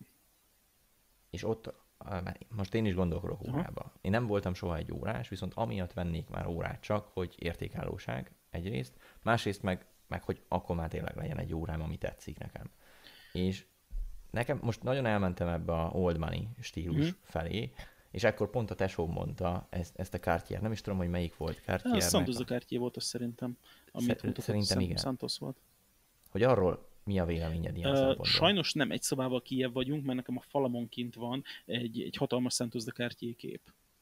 És ott, most én is gondolkodok órába. Én nem voltam soha egy órás, viszont amiatt vennék már órát csak, hogy értékállóság egyrészt, másrészt meg hogy akkor már tényleg legyen egy órám, ami tetszik nekem. És nekem most nagyon elmentem ebbe a old money stílus felé, és ekkor pont a tesóm mondta ezt a Cartier, nem is tudom, hogy melyik volt Cartier. A Santos de Cartier volt az szerintem, amit szerintem igen. Santos volt. Hogy arról mi a véleményed ilyen szempontból? Sajnos nem egy szobával kijebb vagyunk, mert nekem a falamon kint van egy hatalmas Santos de Cartier kép.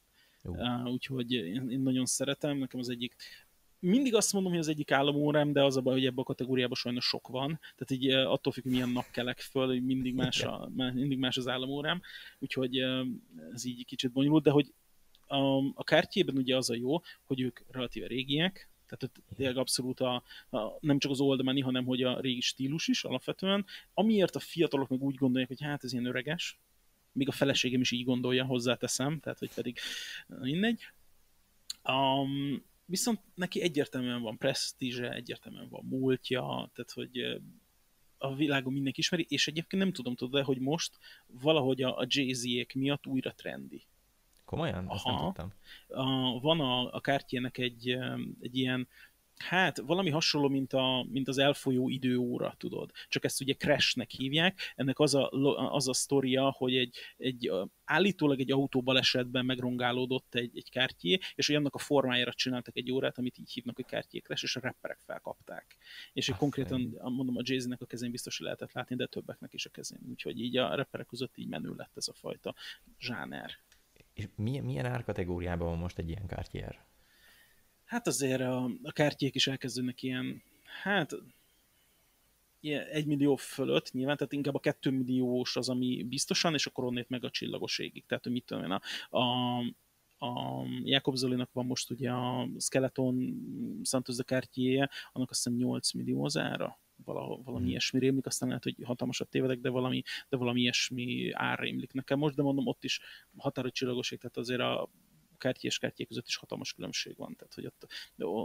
Úgyhogy én nagyon szeretem, nekem az egyik. Mindig azt mondom, hogy az egyik államórám, de az a baj, hogy ebben a kategóriában sajnos sok van. Tehát így attól függ, milyen nap kelek föl, hogy mindig más az államórám. Úgyhogy ez így kicsit bonyolult, de hogy a Cartierben ugye az a jó, hogy ők relatíve régiek, tehát tényleg abszolút nem csak az old money, hanem hogy a régi stílus is alapvetően. Amiért a fiatalok meg úgy gondolják, hogy hát ez ilyen öreges, még a feleségem is így gondolja, hozzáteszem, tehát hogy pedig mindegy. Viszont neki egyértelműen van presztízse, egyértelműen van múltja, tehát hogy a világon mindenki ismeri, és egyébként nem tudom, tudod, hogy most valahogy a Jay-Z-ék miatt újra trendi. Komolyan? Azt nem tudtam. Van a Cartiernek egy ilyen, hát valami hasonló, mint az elfolyó időóra, tudod. Csak ezt ugye Crashnek hívják. Ennek az a sztoria, hogy állítólag egy autóbalesetben megrongálódott egy Cartier, és hogy annak a formájára csináltak egy órát, amit így hívnak, hogy Cartier Crash, és a rapperek felkapták. És hogy konkrétan, mondom, a Jay-Z-nek a kezén biztos lehetett látni, de többeknek is a kezén. Úgyhogy így a rapperek között így menő lett ez a fajta zsáner. És milyen árkategóriában van most egy ilyen Cartier? Hát azért a Cartierek is elkezdődnek ilyen 1 millió fölött nyilván, tehát inkább a 2 milliós az, ami biztosan, és akkor onnét meg a csillagos égig. Tehát, hogy mit tudom én, a Jakob Zolinak van most ugye a Skeleton Santos de Cartier, annak azt hiszem 8 millió az ára. Valami ilyesmi rémlik, aztán lehet, hogy hatalmasat tévedek, de valami ilyesmi ár rémlik nekem most, de mondom, ott is határos csillagoség, tehát azért a Cartier és Cartier között is hatalmas különbség van, tehát hogy ott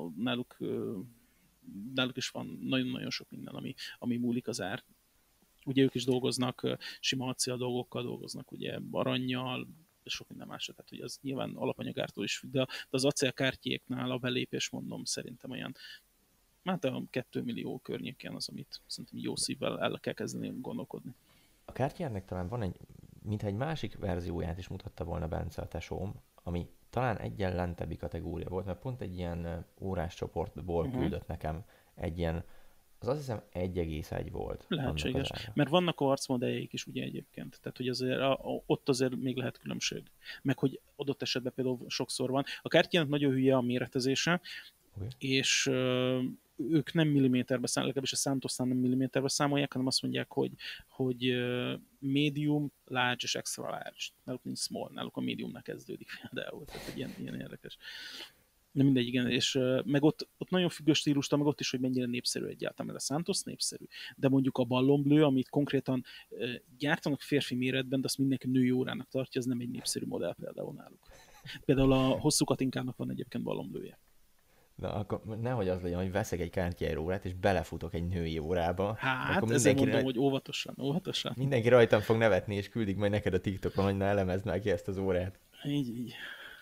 náluk is van nagyon-nagyon sok minden, ami múlik az ár. Ugye ők is dolgoznak sima acél dolgokkal, dolgoznak ugye arannyal, és sok minden másra, tehát hogy az nyilván alapanyagártól is függ, de az acél Cartierknál a belépés, mondom, szerintem olyan hát a 2 millió környéken az, amit szerintem jó szívvel el kell kezdeni gondolkodni. A Cartiernek talán van mintha egy másik verzióját is mutatta volna Bence a tesóm, ami talán egyen lentebbi kategória volt, mert pont egy ilyen órás csoportból küldött nekem egy ilyen, az azt hiszem 1,1 volt. Lehetséges, mert vannak arcmodelljeik is ugye egyébként, tehát hogy azért ott azért még lehet különbség. Meg hogy adott esetben például sokszor van. A Cartiernek nagyon hülye a méretezése, és ők nem milliméterbe számolják, legalábbis a Santosnál nem milliméterbe számolják, hanem azt mondják, hogy medium, large és extra large. Náluk nincs small, náluk a mediumnak kezdődik például, tehát egy ilyen érdekes. De mindegy, igen, és meg ott nagyon függő stílustól, meg ott is, hogy mennyire népszerű egyáltalán, mert a Santos népszerű. De mondjuk a Ballon Bleu, amit konkrétan gyártanak férfi méretben, de azt mindenki női órának tartja, az nem egy népszerű modell például náluk. Például a hosszú Katinkának van egyébként Ballon Bleu-je. Na, akkor nehogy az legyen, hogy veszek egy Cartier órát, és belefutok egy női órába. Hát, akkor ezzel mondom, hogy óvatosan. Mindenki rajtam fog nevetni, és küldik majd neked a TikTokon, hogy ne elemezd meg ki ezt az órát. Így.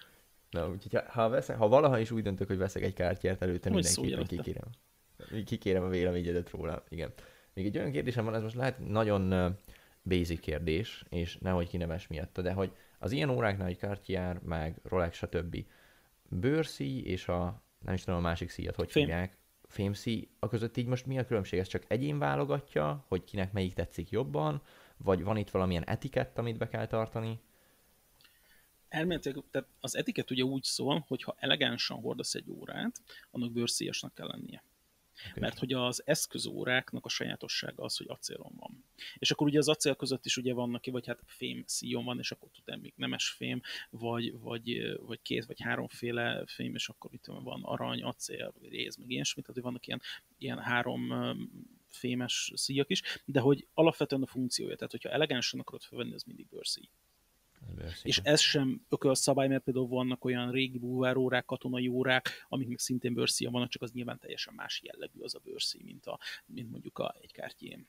Na, úgyhogy ha valaha is úgy döntök, hogy veszek egy kártyát előtte, Hogy szólj mindenképpen előtte. kikérem a véleményedet róla. Igen. Még egy olyan kérdésem van, ez most lehet nagyon basic kérdés, és nehogy kineves miatta, de hogy az ilyen óráknál, hogy Cartier, meg Rolex, stb. Bőrszíj és nem is tudom a másik szíjat, hogy Fém. hívják, fémszíj, a között így most mi a különbség? Ez csak egyén válogatja, hogy kinek melyik tetszik jobban, vagy van itt valamilyen etikett, amit be kell tartani? Elméletileg, tehát az etikett ugye úgy szól, hogy ha elegánsan hordasz egy órát, annak bőrszíjasnak kell lennie. Okay. Mert hogy az eszközóráknak a sajátossága az, hogy acélon van. És akkor ugye az acél között is ugye vannak, vagy hát fém szíjon van, és akkor tudom, még nemes fém, vagy két, vagy háromféle fém, és akkor itt van arany, acél, vagy réz, meg ilyesmit, tehát vannak ilyen három fémes szíjak is, de hogy alapvetően a funkciója, tehát hogyha elegánsan akarod felvenni, az mindig bőrszíj. És ez sem ökölszabály, mert például vannak olyan régi búvárórák, katonai órák, amik még szintén bőrszíja vannak, csak az nyilván teljesen más jellegű az a bőrszíj, mint mondjuk egy Cartier.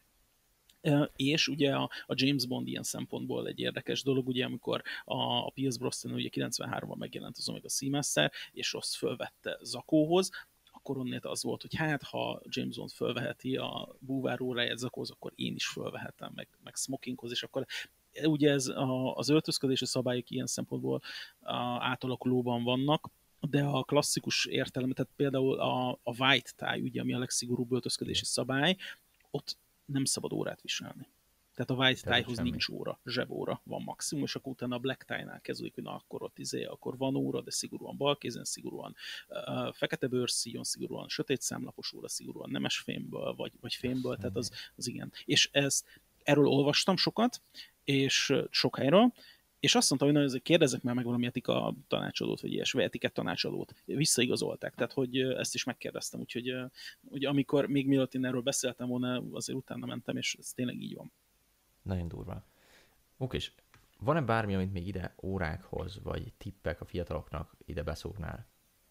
És ugye a James Bond ilyen szempontból egy érdekes dolog, ugye amikor a Pierce Brosnan ugye 93-ban megjelent az Omega Seamaster, és azt fölvette zakóhoz, akkor onnét az volt, hogy hát, ha James Bond fölveheti a búvár óráját zakóhoz, akkor én is fölvehetem, meg smokinghoz, és akkor ugye az öltözködési szabályok ilyen szempontból átalakulóban vannak, de a klasszikus értelem, tehát például a white tie, ugye, ami a legszigorúbb öltözködési szabály, ott nem szabad órát viselni. Tehát a white tie-hoz nincs óra, zsebóra van maximum, és akkor utána a black tie-nál kezdődik, hogy na akkor ott akkor van óra, de szigorúan balkézen, szigorúan fekete bőrszíjon, szigorúan sötét számlapos óra, szigorúan nemes fémből, vagy fémből, tehát az igen. És erről olvastam sokat, és sok helyről, és azt mondta, hogy kérdezzek már meg valami etika tanácsadót, vagy ilyesmi, etikett tanácsadót. Visszaigazolták, tehát hogy ezt is megkérdeztem, úgyhogy amikor még mielőtt én erről beszéltem volna, azért utána mentem, és ez tényleg így van. Nagyon durva. Oké, és van-e bármi, amit még ide órákhoz, vagy tippek a fiataloknak ide beszúrnál?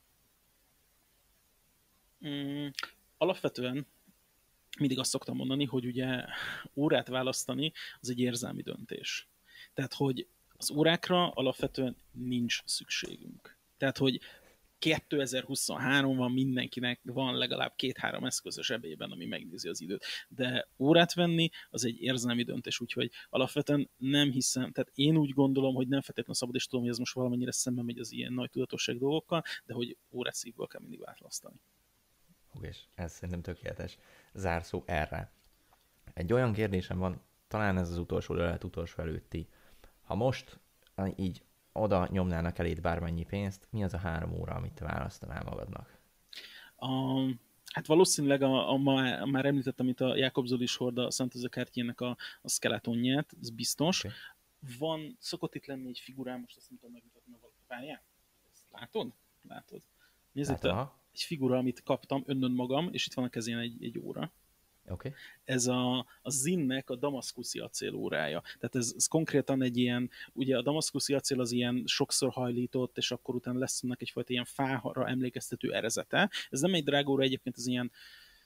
Alapvetően mindig azt szoktam mondani, hogy ugye órát választani az egy érzelmi döntés. Tehát, hogy az órákra alapvetően nincs szükségünk. Tehát, hogy 2023-ban mindenkinek van legalább 2-3 eszköz a zsebében, ami megnézi az időt. De órát venni, az egy érzelmi döntés, úgyhogy alapvetően nem hiszem, tehát én úgy gondolom, hogy nem feltétlenül szabad, és tudom, hogy ez most valamennyire szemben megy az ilyen nagy tudatosság dolgokkal, de hogy órát szívből kell mindig választani. És ez szerintem tökéletes zárszó erre. Egy olyan kérdésem van, talán ez az utolsó, de lehet utolsó előtti. Ha most így oda nyomnának eléd bármennyi pénzt, mi az a 3 óra, amit te választanál magadnak? Hát valószínűleg már említettem itt a Jakob Zolis hord a Santos Cartiernek a skeletonját, ez biztos. Okay. Szokott itt lenni egy figurám, most azt nem tudom megmutatni, a pályán. Látod? Látod. Nézd itt egy figura, amit kaptam önmagam, és itt van a kezén egy óra. Okay. Ez a Zinnnek a damaszkuszi acélórája. Tehát ez konkrétan egy ilyen, ugye a damaszkuszi acél az ilyen sokszor hajlított, és akkor utána lesz ennek egyfajta ilyen fára emlékeztető erezete. Ez nem egy drága óra, egyébként ez ilyen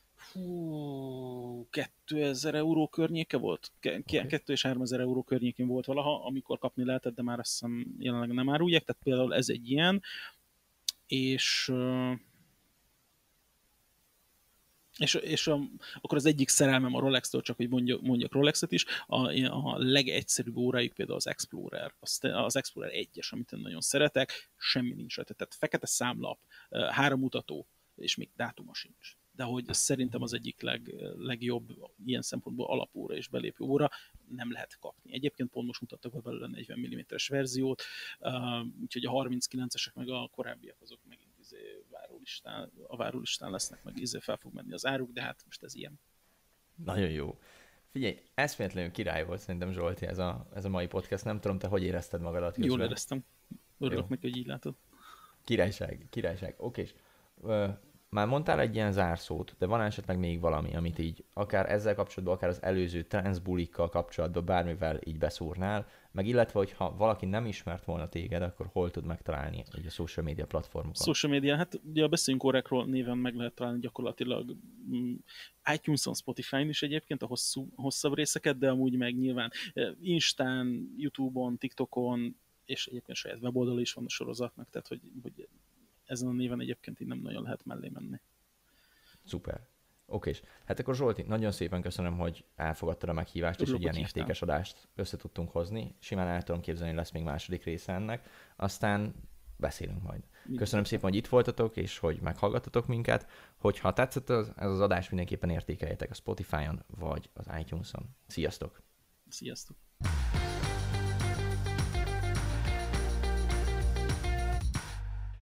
2000 euró környéke volt. 2 és 3000 euró környékén volt valaha, amikor kapni lehetett, de már azt hiszem jelenleg nem árulják, tehát például ez egy ilyen, és akkor az egyik szerelmem a Rolex-től, csak hogy mondjak Rolexet is, a legegyszerűbb órájuk például az Explorer, az Explorer 1-es, amit én nagyon szeretek, semmi nincs rajta, tehát fekete számlap, 3 mutató, és még dátuma sincs. De hogy szerintem az egyik legjobb ilyen szempontból alapóra és belépő óra, nem lehet kapni. Egyébként pont most mutattak be belőle 40 mm-es verziót, úgyhogy a 39-esek meg a korábbiak azok megint a várólistán lesznek, meg fel fog menni az áruk, de hát most ez ilyen. Nagyon jó. Figyelj, eszméletlenül király volt szerintem, Zsolti, ez a mai podcast. Nem tudom, te hogy érezted magadat közben? Jól éreztem. Örülök neki, hogy így látod. Királyság. Oké. Már mondtál egy ilyen zárszót, de van esetleg még valami, amit így akár ezzel kapcsolatban, akár az előző transbulikkal kapcsolatban bármivel így beszúrnál, meg illetve, hogyha valaki nem ismert volna téged, akkor hol tud megtalálni így a social media platformokon? Social media, hát ugye a Beszéljünk órákról néven meg lehet találni gyakorlatilag iTunes-on, Spotify-n is egyébként a hosszabb részeket, de amúgy meg nyilván Instán, YouTube-on, TikTokon, és egyébként saját weboldal is van a sorozatnak, tehát hogy ezen a néven egyébként így nem nagyon lehet mellé menni. Szuper. Okés. Hát akkor Zsolti, nagyon szépen köszönöm, hogy elfogadtad a meghívást, és egy ilyen értékes adást össze tudtunk hozni. Simán el tudom képzelni, hogy lesz még második része ennek. Aztán beszélünk majd. Köszönöm szépen, hogy itt voltatok, és hogy meghallgattatok minket. Hogyha tetszett ez az adás, mindenképpen értékeljetek a Spotify-on, vagy az iTunes-on. Sziasztok! Sziasztok!